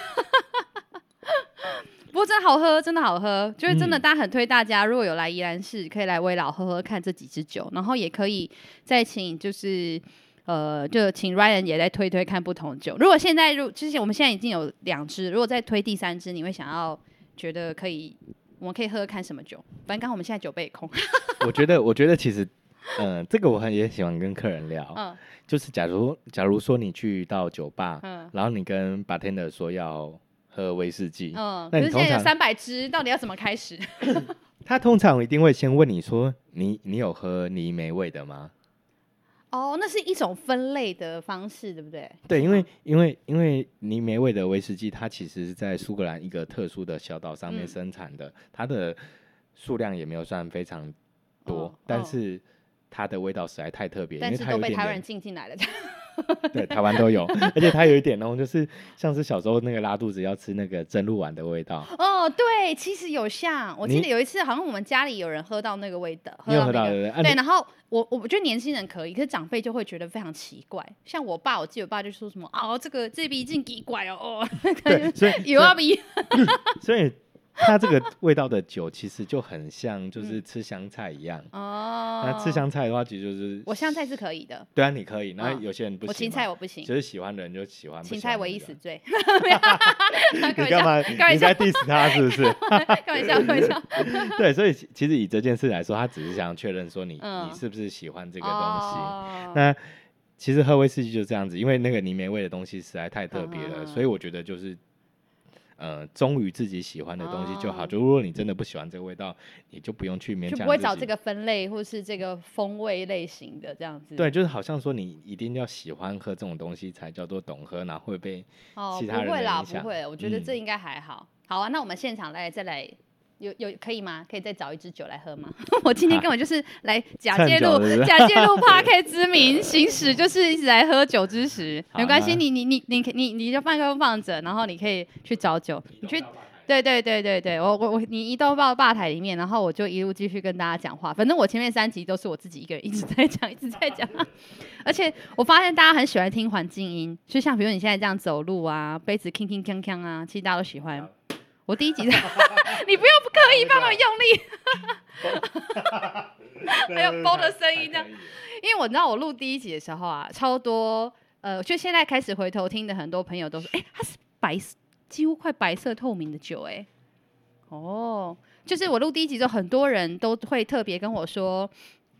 不过真的好喝，真的好喝，就是真的，大家很推大家，如果有来宜兰市，可以来微老喝喝看这几支酒，然后也可以再请就请 Ryan 也再推看不同酒。如果现在我们现在已经有2支，如果再推第3支，你会想要觉得我们可以喝喝看什么酒？反正刚好我们现在酒杯也空。 我觉得其实这个我也喜欢跟客人聊，就是假如说你去到酒吧，然后你跟 bartender 说要喝威士忌， 可是现在有300支，到底要怎么开始？ 他通常一定会先问你说，你有喝泥煤味的吗？ 那是一种分类的方式，对不对？ 对，因为泥煤味的威士忌，它其实是在苏格兰一个特殊的小岛上面生产的，它的数量也没有算非常多，但是它的味道实在太特别， 但是都被台湾人进来了。 对，台湾都有，而且它有一点那种，就是像是小时候那个拉肚子要吃那个蒸鹿丸的味道。 对，其实有像，我记得有一次好像我们家里有人喝到那个味道， 你有喝到对，然后我觉得年轻人可以，可是长辈就会觉得非常奇怪。像我记得我爸就说什么这鼻真奇怪对，所以有鼻， 所以。它这个味道的酒其实就很像，就是吃香菜一样。那吃香菜的话，其实就是我香菜是可以的。 对啊，你可以。那有些人不行。 我芹菜我不行。 就是喜欢的人就喜欢。 芹菜唯一死罪。 你干嘛？你在 diss 他是不是？ 开玩笑。 对，所以其实以这件事来说，他只是想确认说你是不是喜欢这个东西。那其实喝威士忌就这样子，因为那个泥煤味的东西实在太特别了，所以我觉得就是。忠于自己喜欢的东西就好。就如果你真的不喜欢这个味道，你就不用去勉强自己， 就不会找这个分类或是这个风味类型的这样子。 对，就是好像说你一定要喜欢喝这种东西才叫做懂喝，然后会被其他人不会啦， 影响。 不会，我觉得这应该还好。好啊，那我们现场再来。有可以吗？可以再找一支酒来喝吗？我今天根本就是来假借入 Podcast 之名，行使就是一直来喝酒之实。没关系，你就放着，然后你可以去找酒，你去。对，你移到吧台里面，然后我就一路继续跟大家讲话。反正我前面3集都是我自己一个人一直在讲，而且我发现大家很喜欢听环境音，就像比如你现在这样走路啊，杯子铿铿锵锵啊，其实大家都喜欢。我第1集你不要不刻意帮我用力，还有包的声音这样，因为我知道我录第1集的时候啊，超多就现在开始回头听的很多朋友都说，它是几乎快白色透明的酒，就是我录第1集之后，很多人都会特别跟我说，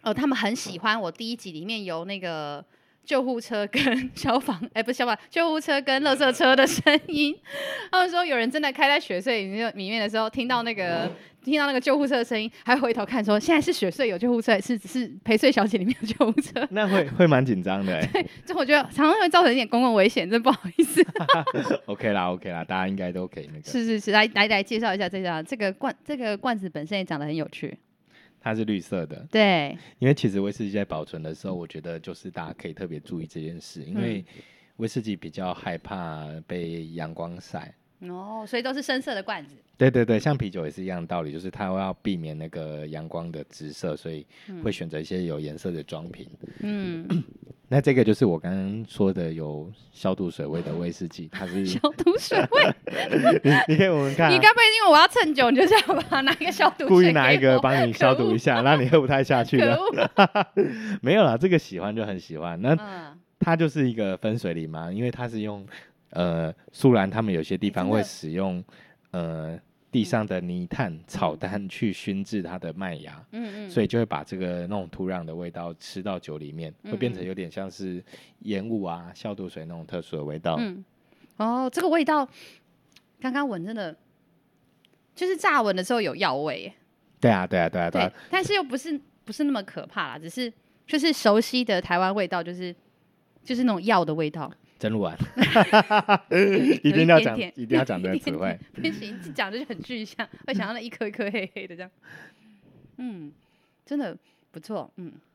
他们很喜欢我第1集里面有那个救护车跟消防，不是消防，救护车跟垃圾车的声音。他们说有人真的开在雪隧里面的时候，听到那个救护车的声音，还回头看说现在是雪隧有救护车，是陪睡小姐里面有救护车。 那会蛮紧张的。 对，就我觉得常常会造成一点公共危险，真不好意思。 OK 啦，大家应该都可以那个。 是，来介绍一下这个罐子本身也长得很有趣。 它是绿色的， 对， 因为其实威士忌在保存的时候，我觉得就是大家可以特别注意这件事，因为威士忌比较害怕被阳光晒， 所以都是深色的罐子。 对，像啤酒也是一样的道理，就是它要避免那个阳光的直射，所以会选择一些有颜色的装瓶。那这个就是我刚刚说的有消毒水味的威士忌，它是消毒水味。 你可以闻闻看。 你该不会因为我要蹭酒，你就这样把它拿一个消毒水？ 故意拿一个帮你消毒一下，让你喝不太下去的。没有啦，这个喜欢就很喜欢。那它就是一个分水岭嘛，因为它是用苏兰他们有些地方会使用地上的泥炭、草炭去熏制它的麦芽，所以就会把这个那种土壤的味道吃到酒里面，会变成有点像是烟雾啊、消毒水那种特殊的味道。 这个味道刚刚闻真的就是乍闻的时候有药味耶。对，但是又不是那么可怕啦，只是就是熟悉的台湾味道，就是那种药的味道。 真录完一定要讲的词汇， 不行，讲的就很具象，会想到那一颗一颗黑黑的这样。真的不错。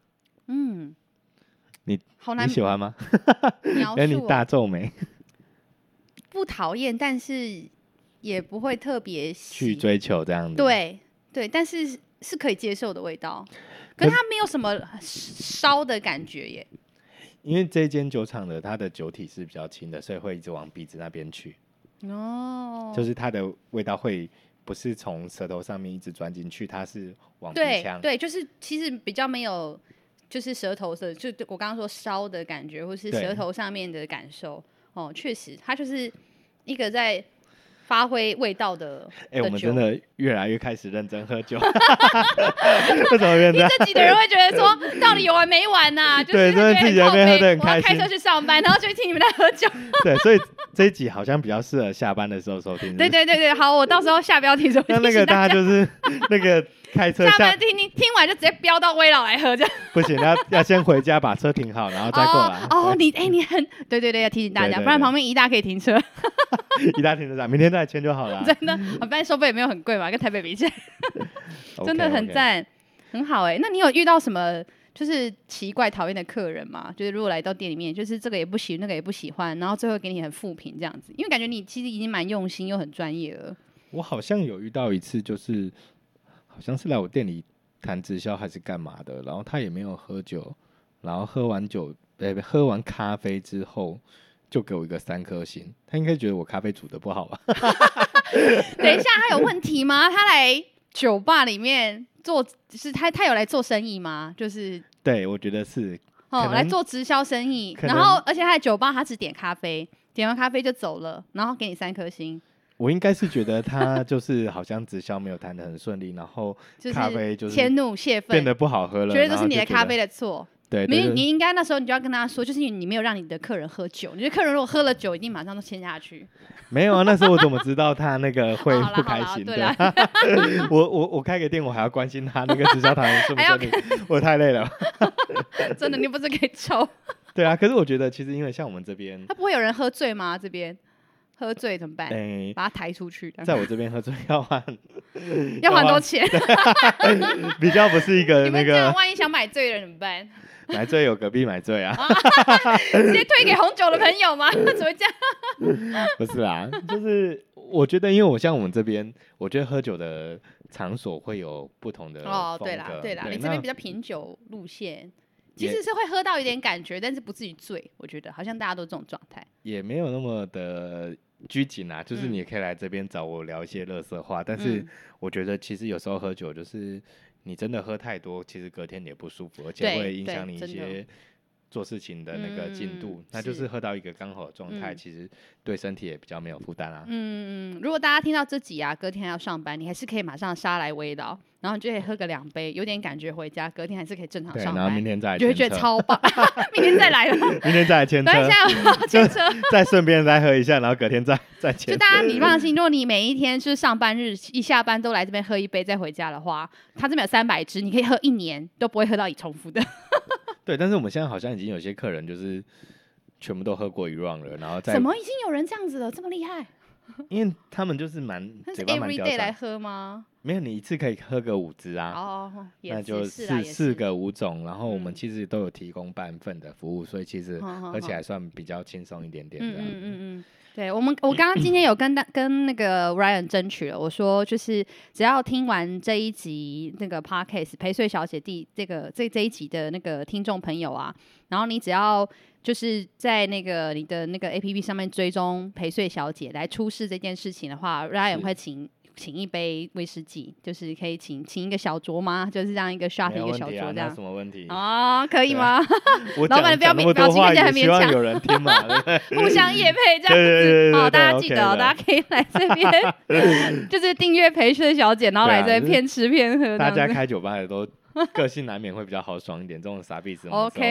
好难， 你喜欢吗？ 描述跟你大皱眉。 不讨厌，但是也不会特别去追求这样子。 对，但是是可以接受的味道，可是它没有什么烧的感觉耶。 因为这间酒厂的它的酒体是比较轻的，所以会一直往鼻子那边去。就是它的味道会不是从舌头上面一直钻进去，它是往鼻腔。对， 就是其实比较没有，就是舌头的，就我刚刚说烧的感觉，或是舌头上面的感受。确实，它就是一个在发挥味道的。 我们真的越来越开始认真喝酒。为什么变这样？ 这集的人会觉得说，到底有完没完啊？ 对，真的自己在那边喝得很开心。 我要开车去上班，然后就听你们在喝酒。 对，所以这一集好像比较适合下班的时候收听。 对，好，我到时候下标题说。 那个大家就是那个开车下班听完就直接飙到威老来喝这样。 不行，要先回家把车停好，然后再过来。 你很对，要提醒大家，不然旁边宜大可以停车。 宜大停车场，明天再签就好了。 真的，反正收费也没有很贵嘛，跟台北比起来。真的很赞，很好那你有遇到什么就是奇怪讨厌的客人吗？就是如果来到店里面，就是这个也不喜，那个也不喜欢，然后最后给你很负评这样子，因为感觉你其实已经蛮用心又很专业了。 我好像有遇到一次，就是好像是来我店里谈直销还是干嘛的，然后他也没有喝酒，然后喝完咖啡之后就给我一个3颗星，他应该觉得我咖啡煮的不好吧？ 等一下，他有问题吗？他来酒吧里面做，就是他有来做生意吗？就是对，我觉得是来做直销生意，然后而且他在酒吧他只点咖啡，点完咖啡就走了，然后给你3颗星。 我应该是觉得他就是好像直销没有谈得很顺利，然后咖啡就是迁怒泄愤， 变得不好喝了， 觉得都是你的咖啡的错。 对， 你应该那时候你就要跟他说，就是你没有让你的客人喝酒，你的客人如果喝了酒，一定马上都签下去。 没有啊，那时候我怎么知道他那个会不开心的？我开个店，我还要关心他那个直销谈顺不顺利，我太累了。 真的，你不是可以抽？ 对啊，可是我觉得其实因为像我们这边， 他不会有人喝醉吗？这边喝醉怎么办？把他抬出去。 在我这边喝醉要换多钱？ 比较不是一个那个。 万一想买醉的人怎么办？ 买醉有隔壁买醉啊。 直接推给红酒的朋友吗？怎么会这样？ 不是啦，就是我觉得，因为我们这边，我觉得喝酒的场所会有不同的风格。 对啦，你这边比较品酒路线。其实是会喝到一点感觉，但是不至于醉。我觉得好像大家都这种状态， 也没有那么的拘谨啊。就是你也可以来这边找我聊一些垃圾话，但是我觉得其实有时候喝酒就是你真的喝太多，其实隔天也不舒服，而且会影响你一些做事情的那个进度，那就是喝到一个刚好的状态，其实对身体也比较没有负担啊。 如果大家听到这集啊，隔天要上班，你还是可以马上杀来围绕，然后你就可以喝个2杯，有点感觉回家，隔天还是可以正常上班。 然后明天再来就会觉得超棒，明天再来了， 明天再来牵车， 等一下牵车， 再顺便再喝一下，然后隔天再牵车。 就大家你放心，如果你每一天就是上班日一下班都来这边喝一杯再回家的话，他这边有300支，你可以喝1年都不会喝到你重复的。 对，但是我们现在好像已经有些客人就是全部都喝过一 round 了，然后再怎么已经有人这样子了，这么厉害？ 因为他们就是嘴巴蛮刁钻。 every day 来喝吗？ 没有，你一次可以喝个5支啊。 哦， 那就4个5种，然后我们其实都有提供半份的服务，所以其实喝起来算比较轻松一点点的。 对，我刚刚今天有跟那个 Ryan 争取了，我说就是只要听完这一集那个 Podcast 陪睡小姐这一集的那个听众朋友啊，然后你只要就是在那个你的那个 APP 上面追踪陪睡小姐来出示这件事情的话 ，Ryan 会请一杯威士忌，就是可以请一个小酌吗？就是这样一个 shot 一个小酌这样。 什么问题？ 哦，可以吗？老板的表情看起来很勉强，希望有人听嘛， 互相业配这样子。哦，大家记得哦，大家可以来这边，就是订阅陪睡小姐，然后来这边骗吃骗喝。 大家开酒吧的都个性难免会比较豪爽一点，这种傻逼子。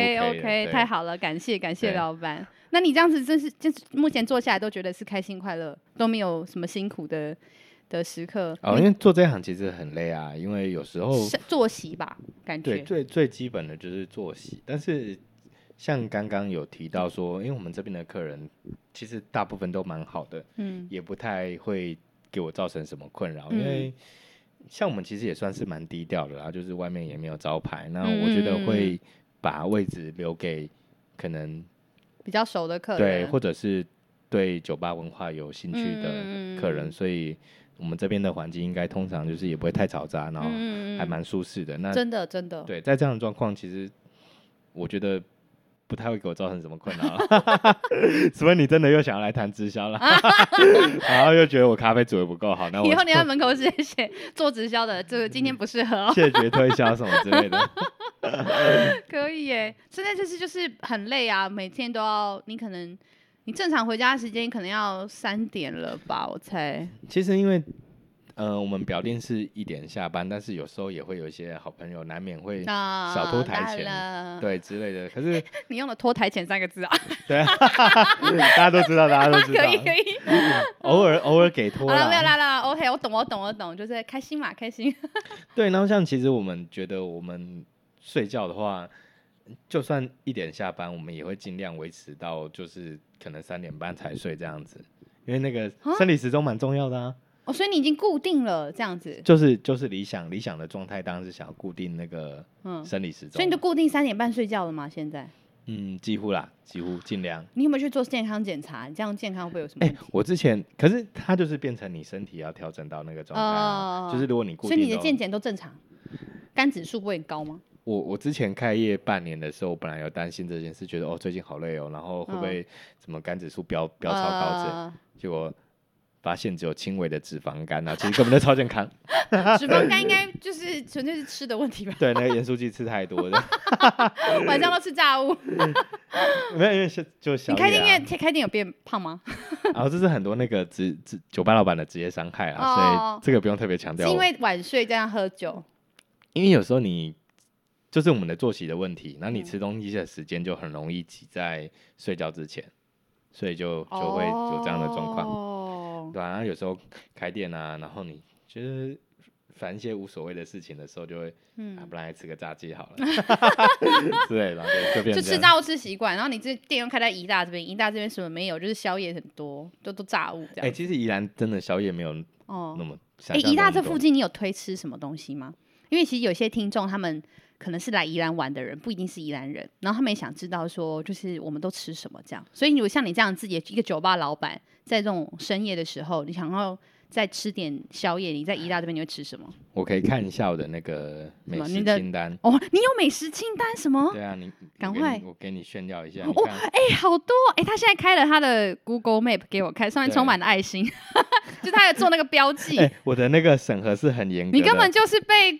OK， 太好了，感谢老板。那你这样子就是目前做下来都觉得是开心快乐，都没有什么辛苦的时刻。 因为做这一行其实很累啊，因为有时候作息吧，感觉对最基本的就是作息。但是像刚刚有提到说，因为我们这边的客人其实大部分都蛮好的，也不太会给我造成什么困扰，因为像我们其实也算是蛮低调的啦，就是外面也没有招牌。那我觉得会把位置留给可能比较熟的客人， 对，或者是对酒吧文化有兴趣的客人，所以我们这边的环境应该通常就是也不会太嘈杂，然后还蛮舒适的。那真的对，在这样的状况，其实我觉得不太会给我造成什么困扰，除非你真的又想要来谈直销了，然后又觉得我咖啡煮的不够好，那以后你在门口写做直销的，这个今天不适合哦， 谢绝推销什么之类的。 可以耶，现在就是很累啊，每天都要，你正常回家的时间可能要3点了吧，我猜。 其实因为我们表定是1点下班，但是有时候也会有一些好朋友难免会小拖台前，对之类的。可是你用了拖台前3个字啊？ 对啊，大家都知道， 可以。 偶尔给拖啦。 没有啦 ，OK， 我懂，就是开心嘛，开心。 对，然后像其实我们觉得我们睡觉的话，就算1点下班，我们也会尽量维持到就是可能3点半才睡这样子，因为那个生理时钟蛮重要的啊。 所以你已经固定了这样子， 就是理想的状态，当然是想要固定那个生理时钟。 所以你就固定3点半睡觉了吗？现在？ 几乎尽量。 你有没有去做健康检查？你这样健康会不会有什么问题？ 我之前可是它就是变成你身体要调整到那个状态，就是如果你固定， 所以你的健检都正常，肝指数不会很高吗？ 我之前开业半年的时候，我本来有担心这件事，觉得最近好累哦，然后会不会什么肝指数飙超高之类，结果发现只有轻微的脂肪肝啊，其实根本就超健康。 脂肪肝应该就是纯粹是吃的问题吧？ 对，那个盐酥鸡吃太多了， 晚上都吃炸物。 没有，因为就小、 你开店有变胖吗？ 然后这是很多那个酒吧老板的职业伤害啊，所以这个不用特别强调。 是因为晚睡这样喝酒？ 因为有时候你就是我们的作息的问题，那你吃东西的时间就很容易挤在睡觉之前，所以就会有这样的状况，对啊，然后有时候开店啊，然后你觉得烦一些无所谓的事情的时候，就会不然来吃个炸鸡好了之类的，就变成就吃炸物吃习惯，然后你这店又开在宜大这边，宜大这边什么没有，就是宵夜很多，都炸物这样。 其实宜兰真的宵夜没有那么想象。 宜大这附近你有推吃什么东西吗？因为其实有些听众他们可能是来宜兰玩的人，不一定是宜兰人，然后他们也想知道说，就是我们都吃什么这样。所以如果像你这样自己一个酒吧老板，在这种深夜的时候，你想要再吃点宵夜，你在宜大这边你会吃什么？ 我可以看一下我的那个美食清单。 你有美食清单什么？ 对啊，你赶快， 我给你炫耀一下。 好多他现在开了他的 Google Map 给我看，上面充满了爱心，就他有做那个标记。 我的那个审核是很严格的， 你根本就是被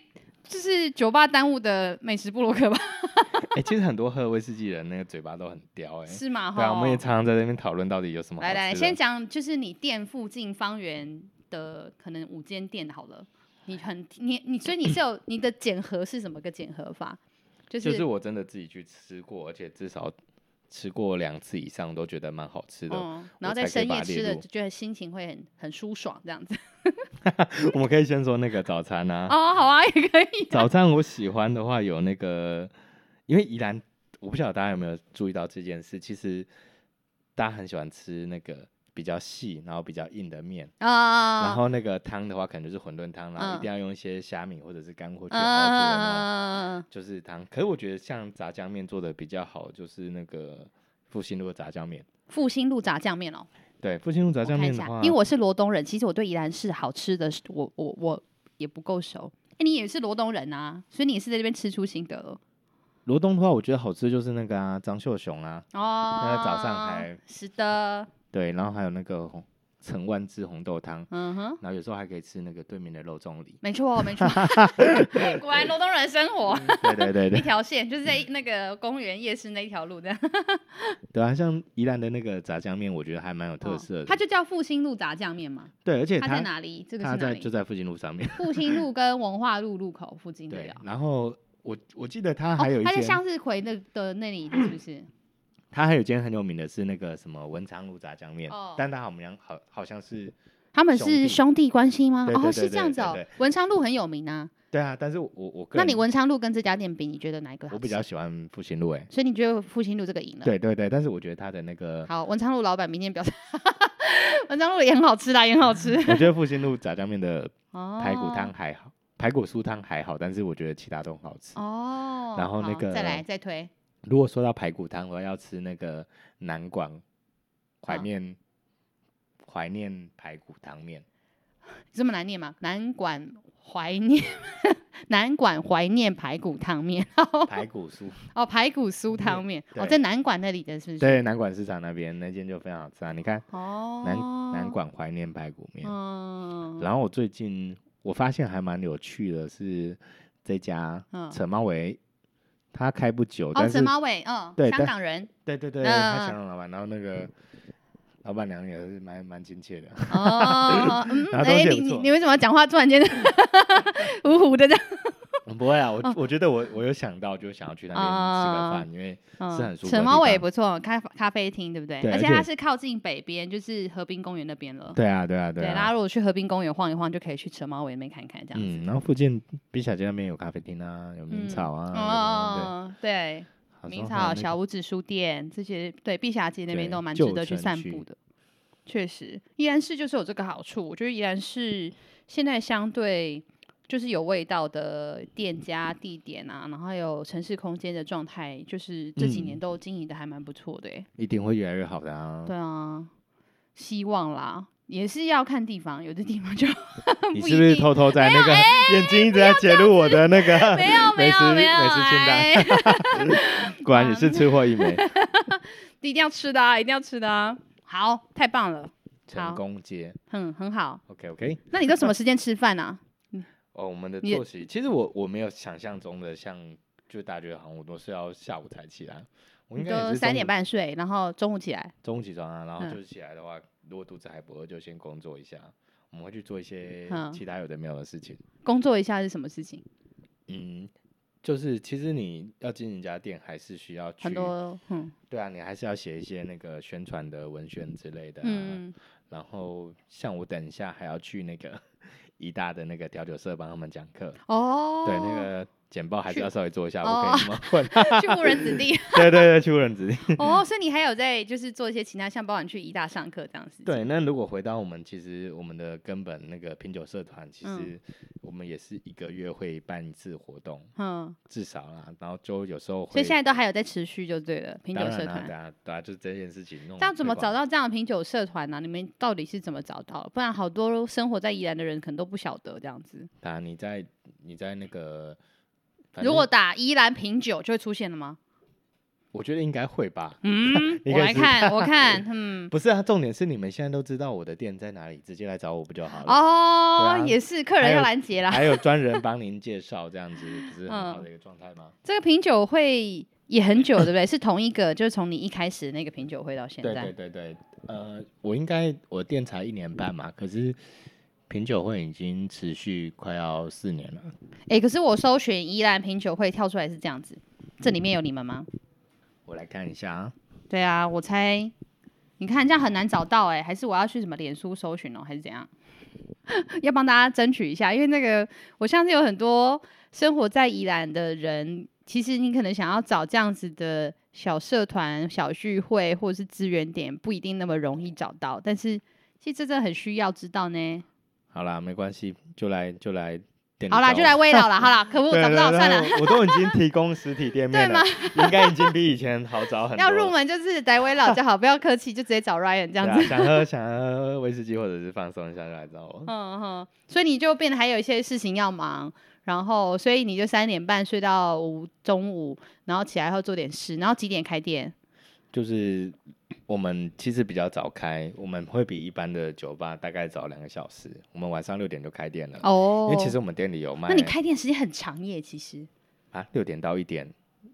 就是酒吧耽误的美食部落客吧？ 其实很多喝威士忌的人那个嘴巴都很刁是吗？ 对啊，我们也常常在那边讨论到底有什么好吃的。 来，先讲就是你店附近方圆的可能5间店好了。所以你是有你的检核是什么个检核法？ 就是我真的自己去吃过，而且至少吃过2次以上，都觉得蛮好吃的。 然后在深夜吃的，就觉得心情会很舒爽这样子。 我们可以先说那个早餐啊。 好啊，也可以。 早餐我喜欢的话有那个，因为宜兰，我不晓得大家有没有注意到这件事，其实大家很喜欢吃那个比较细，然后比较硬的面然后那个汤的话，可能就是馄饨汤，然后一定要用一些虾米或者是干货去熬煮的那种，就是汤。可是我觉得像炸酱面做的比较好，就是那个复兴路的炸酱面。 复兴路炸酱面对，复兴路炸酱面的话， 因为我是罗东人，其实我对宜兰市好吃的，我也不够熟。你也是罗东人啊，所以你也是在这边吃出心得了。 罗东的话，我觉得好吃就是那个张秀雄啊，那个早上还是的， 对，然后还有那个陈万枝红豆汤，然后有时候还可以吃那个对面的肉粽梨， 没错，果然罗东人生活， 对， 一条线就是在那个公园夜市那一条路这样。 对啊，像宜兰的那个炸酱面，我觉得还蛮有特色的。 它就叫复兴路炸酱面嘛。 对，而且它在哪里？这个是哪里？ 就在复兴路上面。 复兴路跟文化路路口附近对。 然后我记得它还有一间， 它在向日葵的那里是不是？ 它还有一间很有名的是那个什么文昌路炸酱面，但它好像是他们是兄弟关系吗？ 对是这样子文昌路很有名啊。 对啊，但是我那你文昌路跟这家店比，你觉得哪一个好吃？ 我比较喜欢复兴路所以你觉得复兴路这个赢了？ 对，但是我觉得它的那个好，文昌路老板明天表示，文昌路也很好吃啦，也很好吃。 我觉得复兴路炸酱面的排骨汤还好，排骨酥汤还好，但是我觉得其他都很好吃然后那个再推。 如果说到排骨汤，我要吃那个南馆怀念排骨汤面， 这么难念吗？南馆怀念排骨汤面， 排骨酥排骨酥汤面在南馆那里的是不是？ 对，南馆市场那边那间就非常好吃啊！你看南馆怀念排骨面然后我最近我发现还蛮有趣的是这家陈猫尾。他开不久，但是陈猫尾，对，香港人， 对，他香港老板，然后那个老板娘也是蛮亲切的你为什么讲话突然间糊糊的这样？ 不会啊，我觉得我有想到，就想要去那边吃个饭，因为是很舒服。 陈猫尾也不错，咖啡厅对不对？而且它是靠近北边，就是河滨公园那边了。 对啊。 大家如果去河滨公园晃一晃，就可以去陈猫尾那边看看这样子。 然后附近碧小街那边有咖啡厅啊，有明草啊。 对，明草、小五指书店这些，对，碧霞街那边都蛮值得去散步的。确实，宜兰市就是有这个好处。我觉得宜兰市现在相对就是有味道的店家、地点啊，然后还有城市空间的状态，就是这几年都经营的还蛮不错的。 一定会越来越好的啊。 对啊，希望啦。也是要看地方，有的地方就你是不是偷偷在那个眼睛一直在揭露我的那个美食清单？果然你是吃货一枚， 一定要吃的啊，一定要吃的啊！好，太棒了， 成功街， 很好。 OK。 那你都什么时间吃饭啊？ 我们的作息其实我没有想象中的像，就大家觉得好像我都是要下午才起来，我应该也是 3点半睡，然后中午起来。 中午起床啊，然后就是起来的话。如果肚子还不饿，就先工作一下。我们会去做一些其他有的没有的事情。 工作一下是什么事情？ 就是其实你要经营一家店，还是需要去很多， 对啊，你还是要写一些那个宣传的文宣之类的然后像我等一下还要去那个宜大的那个调酒社帮他们讲课对，那个简报还是要稍微做一下，我可以怎么混去误人子弟。 对，去误人子弟。 所以你还有在就是做一些其他，像包含去宜大上课这样子。 对，那如果回到其实我们的根本那个品酒社团，其实我们也是1个月会办1次活动，至少啦，然后就有时候会。 所以现在都还有在持续就对了，品酒社团。 对啊，就是这件事情弄。 这样怎么找到这样的品酒社团呢？你们到底是怎么找到的？不然好多生活在宜兰的人可能都不晓得这样子。 你在那个。 如果打宜兰品酒就会出现了吗？ 我觉得应该会吧。 我来看，我看， 不是啊，重点是你们现在都知道我的店在哪里，直接来找我不就好了？ 也是，客人要拦截啦。 还有专人帮您介绍，这样子不是很好的一个状态吗？ 这个品酒会也很久，对不对？是同一个，就是从你一开始那个品酒会到现在。 对，我的店才1年半嘛，可是品酒会已经持续快要4年了。 可是我搜寻宜兰品酒会跳出来是这样子，这里面有你们吗？ 我来看一下啊。 对啊，我猜，你看这样很难找到还是我要去什么脸书搜寻还是怎样？要帮大家争取一下，因为那个我相信有很多生活在宜兰的人，其实你可能想要找这样子的小社团、小聚会或者是资源点，不一定那么容易找到，但是其实这真的很需要知道呢。 好啦，没关系，就来。 好啦，就来慰劳啦。好啦，可不找不到算了。 我都已经提供实体店面了，应该已经比以前好找很多。 要入门就是来慰劳就好，不要客气，就直接找 Ryan 这样子。 想喝威士忌或者是放松一下就来找我。 所以你就变得还有一些事情要忙，然后所以你就3点半睡到中午，然后起来后做点事，然后几点开店？ 就是我们其实比较早开，我们会比一般的酒吧大概早2个小时。我们晚上6点就开店了因为其实我们店里有卖。 那你开店时间很长耶，其实 6点到1点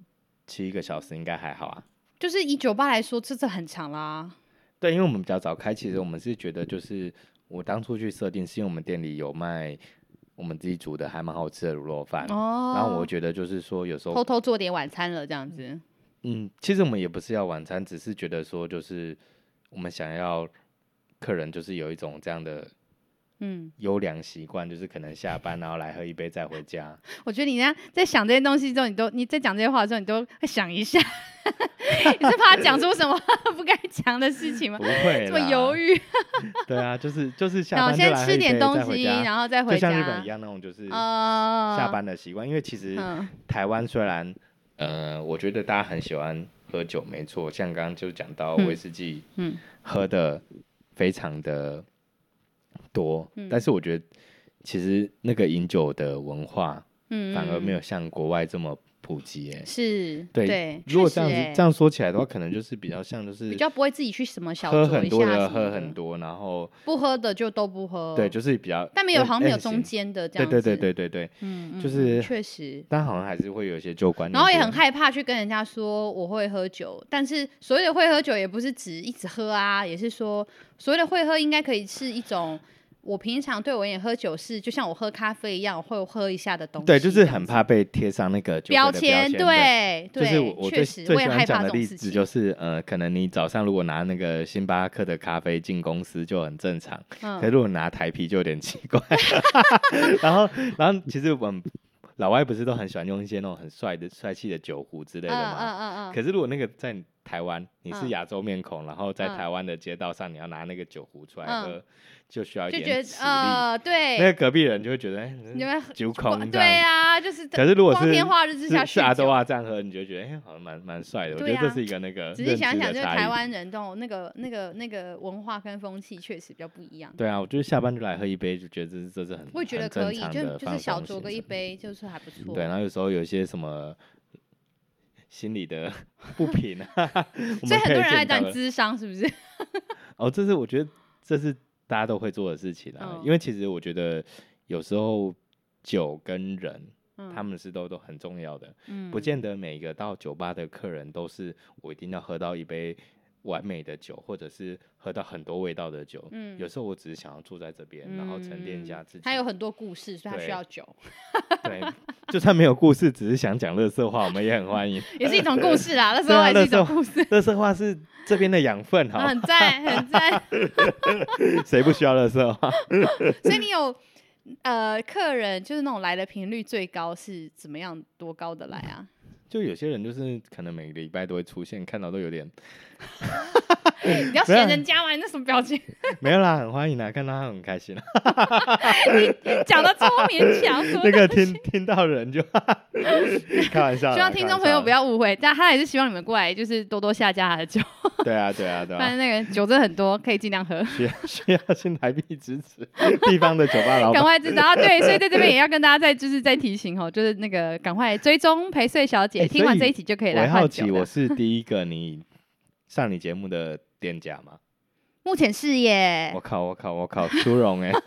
7个小时应该还好啊。 就是以酒吧来说，这很长啦。 对，因为我们比较早开，其实我们是觉得就是我当初去设定是因为我们店里有卖我们自己煮的还蛮好吃的卤肉饭然后我觉得就是说有时候偷偷做点晚餐了这样子。 其实我们也不是要晚餐，只是觉得说就是我们想要客人就是有一种这样的优良习惯，就是可能下班然后来喝一杯再回家。 我觉得你在想这些东西之后，你在讲这些话的时候，你都会想一下，你是怕讲出什么不该讲的事情吗？ 不会啦， 这么犹豫。 对啊，就是下班就来喝一杯再回家， 先吃点东西，然后再回家， 就像日本一样那种就是下班的习惯。因为其实台湾虽然我觉得大家很喜欢喝酒，没错，像刚刚就讲到威士忌，喝的非常的多，但是我觉得其实那个饮酒的文化，反而没有像国外这么普及是， 对。如果这样说起来的话，可能就是比较像就是比较不会自己去什么小喝很多的喝很多，然后不喝的就都不喝， 对，就是比较， 但好像没有中间的这样子， 对，就是确实， 但好像还是会有一些旧观念， 然后也很害怕去跟人家说我会喝酒，但是所谓的会喝酒也不是指一直喝啊，也是说所谓的会喝应该可以是一种。我平常对我而言喝酒是就像我喝咖啡一样，我会喝一下的东西。 对，就是很怕被贴上那个标签。 对， 就是我最喜欢讲的例子就是，可能你早上如果拿那个星巴克的咖啡进公司就很正常，可是如果拿台啤就有点奇怪。然后其实我们老外不是都很喜欢用一些那种很帅气的酒壶之类的吗？可是如果那个在台湾，你是亚洲面孔，然后在台湾的街道上，你要拿那个酒壶出来喝，就需要一点实力。 对， 那个隔壁人就会觉得，酒孔。 对啊，就是。 可是如果是阿多瓦这样喝，你就觉得，好像蛮帅的。我觉得这是一个那个。 仔细想想，就是台湾人都那个文化跟风气确实比较不一样。 对啊，我觉得下班就来喝一杯，就觉得这是很。 我也觉得可以，就是小酌个一杯，就是还不错。 对，然后有时候有一些什么。心里的不平所以很多人爱当諮商，是不是？ 这是我觉得这是大家都会做的事情啦。因为其实我觉得有时候酒跟人，他们是都很重要的。不见得每一个到酒吧的客人都是我一定要喝到一杯完美的酒，或者是喝到很多味道的酒。有时候我只是想要坐在这边，然后沉淀一下自己。 他有很多故事，所以他需要酒。 对，就算没有故事，只是想讲垃圾话，我们也很欢迎。 也是一种故事啦，垃圾话也是一种故事。 垃圾话是这边的养分，好。 很赞，很赞。 谁不需要垃圾话？ 所以你有客人就是那种来的频率最高是怎么样多高的来啊？ 就有些人就是可能每个礼拜都会出现，看到都有点你要嫌人家吗？你那什么表情？ 没有啦，很欢迎啦，看到他很开心啦。 你讲的超勉强， 那个听到人就开玩笑， 希望听众朋友不要误会，但他也是希望你们过来，就是多多下架他的酒。 对啊， 但是那个酒真的很多，可以尽量喝。 需要新台币支持地方的酒吧老板， 赶快知道。对，所以在这边也要跟大家再提醒哦，就是那个赶快追踪陪睡小姐，听完这一集就可以来换酒了。 我好奇，我是第一个上你节目的店家吗？ 目前是耶。 我靠，殊荣哎，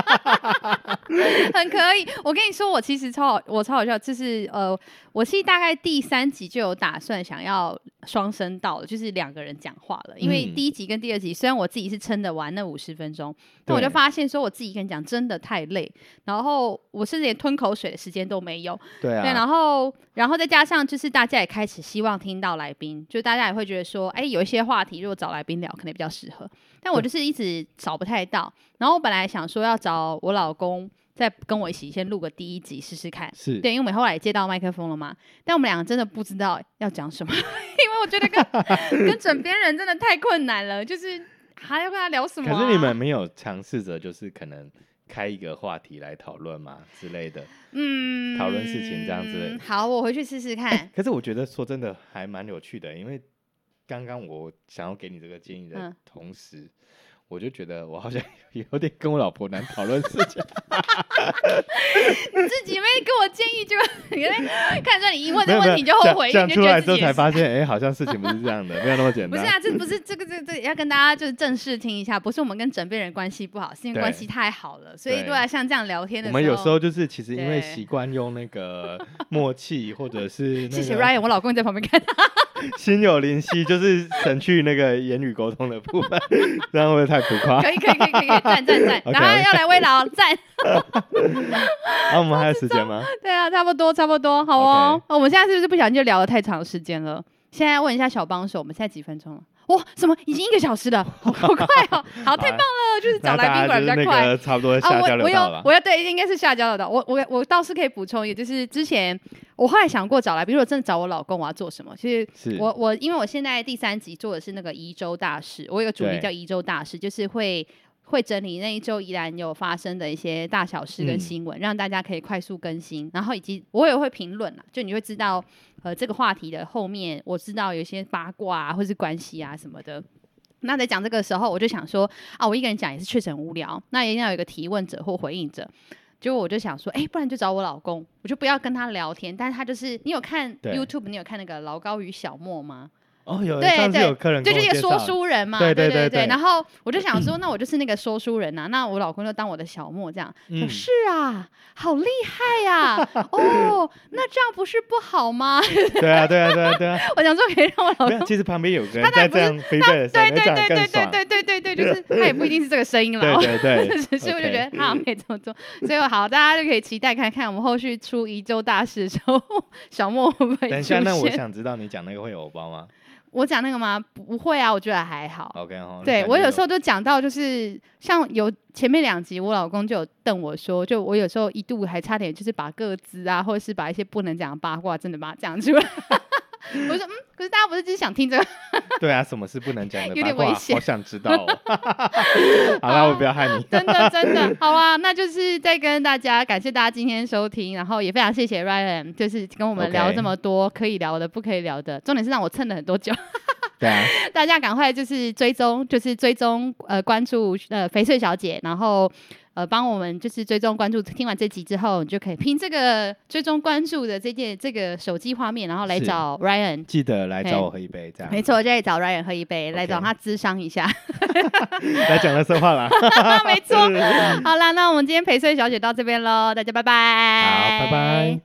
很可以。我跟你说，我其实超好笑，就是我其实大概第3集就有打算想要双声道的，就是2个人讲话了。因为第1集跟第2集，虽然我自己是撑得完那50分钟，但我就发现说我自己一个人讲真的太累，然后我甚至连吞口水的时间都没有。 对啊。 对，然后再加上就是大家也开始希望听到来宾，就大家也会觉得说，有一些话题如果找来宾聊，可能比较适合。但我就是一直找不太到，然后我本来想说要找我老公再跟我一起先录个第1集试试看， 是对，因为我们后来也接到麦克风了嘛，但我们2个真的不知道要讲什么，因为我觉得跟枕边人真的太困难了，就是还要跟他聊什么可是你们没有尝试着就是可能开一个话题来讨论嘛之类的，讨论事情这样子。 好，我回去试试看。 可是我觉得说真的还蛮有趣的，因为刚刚我想要给你这个建议的同时，我就觉得我好像有点跟我老婆难讨论事情。 你自己没跟我建议就看出来你一问这问题就后悔， 讲出来之后才发现，好像事情不是这样的，没有那么简单。 不是啊，这不是这个要跟大家就是正式听一下，不是我们跟枕边人关系不好，是因为关系太好了，所以如果像这样聊天的时候， 我们有时候就是其实因为习惯用那个默契，或者是谢谢 Ryan， 我老公在旁边看他。 心有灵犀，就是省去那个言语沟通的部分，这样会不会太浮夸？ 可以，赞，然后要来慰劳，赞。 我们还有时间吗？ 对啊，差不多，好哦。我们现在是不是不小心就聊了太长时间了？现在问一下小帮手，我们现在几分钟了？哇，什么已经1个小时了，好快哦！好，太棒了，就是找来宾果然比较快， 差不多下交流道了。 我要对，应该是下交流道。我倒是可以补充一个，就是之前我后来想过找来宾，如果真的找我老公，我要做什么？其实我因为我现在第3集做的是那个宜州大事，我有个主题叫宜州大事，就是会整理那一周宜兰有发生的一些大小事跟新闻，让大家可以快速更新，然后以及我也会评论啦，就你会知道这个话题的后面，我知道有一些八卦啊，或是关系啊什么的。那在讲这个时候，我就想说我一个人讲也是确实很无聊，那一定要有一个提问者或回应者。结果我就想说，不然就找我老公，我就不要跟他聊天，但是他就是你有看 YouTube， 你有看那个老高与小莫吗？ 有上次有客人跟我介绍， 就是一个说书人嘛， 对。 然后我就想说，那我就是那个说书人啊，那我老公就当我的小莫这样。是啊，好厉害呀！哦，那这样不是不好吗？ 对啊。 我想说可以让我老公， 其实旁边有个人在这样飞飞的时候， 对，就是他也不一定是这个声音了。 对。 所以我就觉得他好像可以这么做，所以好，大家就可以期待看看我们后续出宜州大事的时候，小莫会不会出现？ 等一下，那我想知道你讲那个会有偶包吗？ 我讲那个吗？不会啊，我觉得还好。 OK， 对，我有时候就讲到，就是像有前面2集，我老公就有瞪我说，就我有时候一度还差点就是把个资啊，或者是把一些不能讲的八卦，真的把它讲出来。我说可是大家不是只是想听这个？ 对啊，什么是不能讲的有点危险， 好想知道哦。好啦，我不要害你。 真的，好啦，那就是再跟大家感谢大家今天收听，然后也非常谢谢 Ryan， 就是跟我们聊这么多可以聊的、不可以聊的，重点是让我蹭了很多酒。 对啊， 大家赶快就是追踪关注肥穗小姐，然后帮我们就是追踪关注，听完这集之后，你就可以凭这个追踪关注的这个手机画面，然后来找 Ryan， 记得来找我喝一杯，这样没错，就来找 Ryan 喝一杯，来找他咨商一下， 来讲了色话啦， 没错。好啦，那我们今天陪睡小姐到这边咯，大家拜拜， 好，拜拜。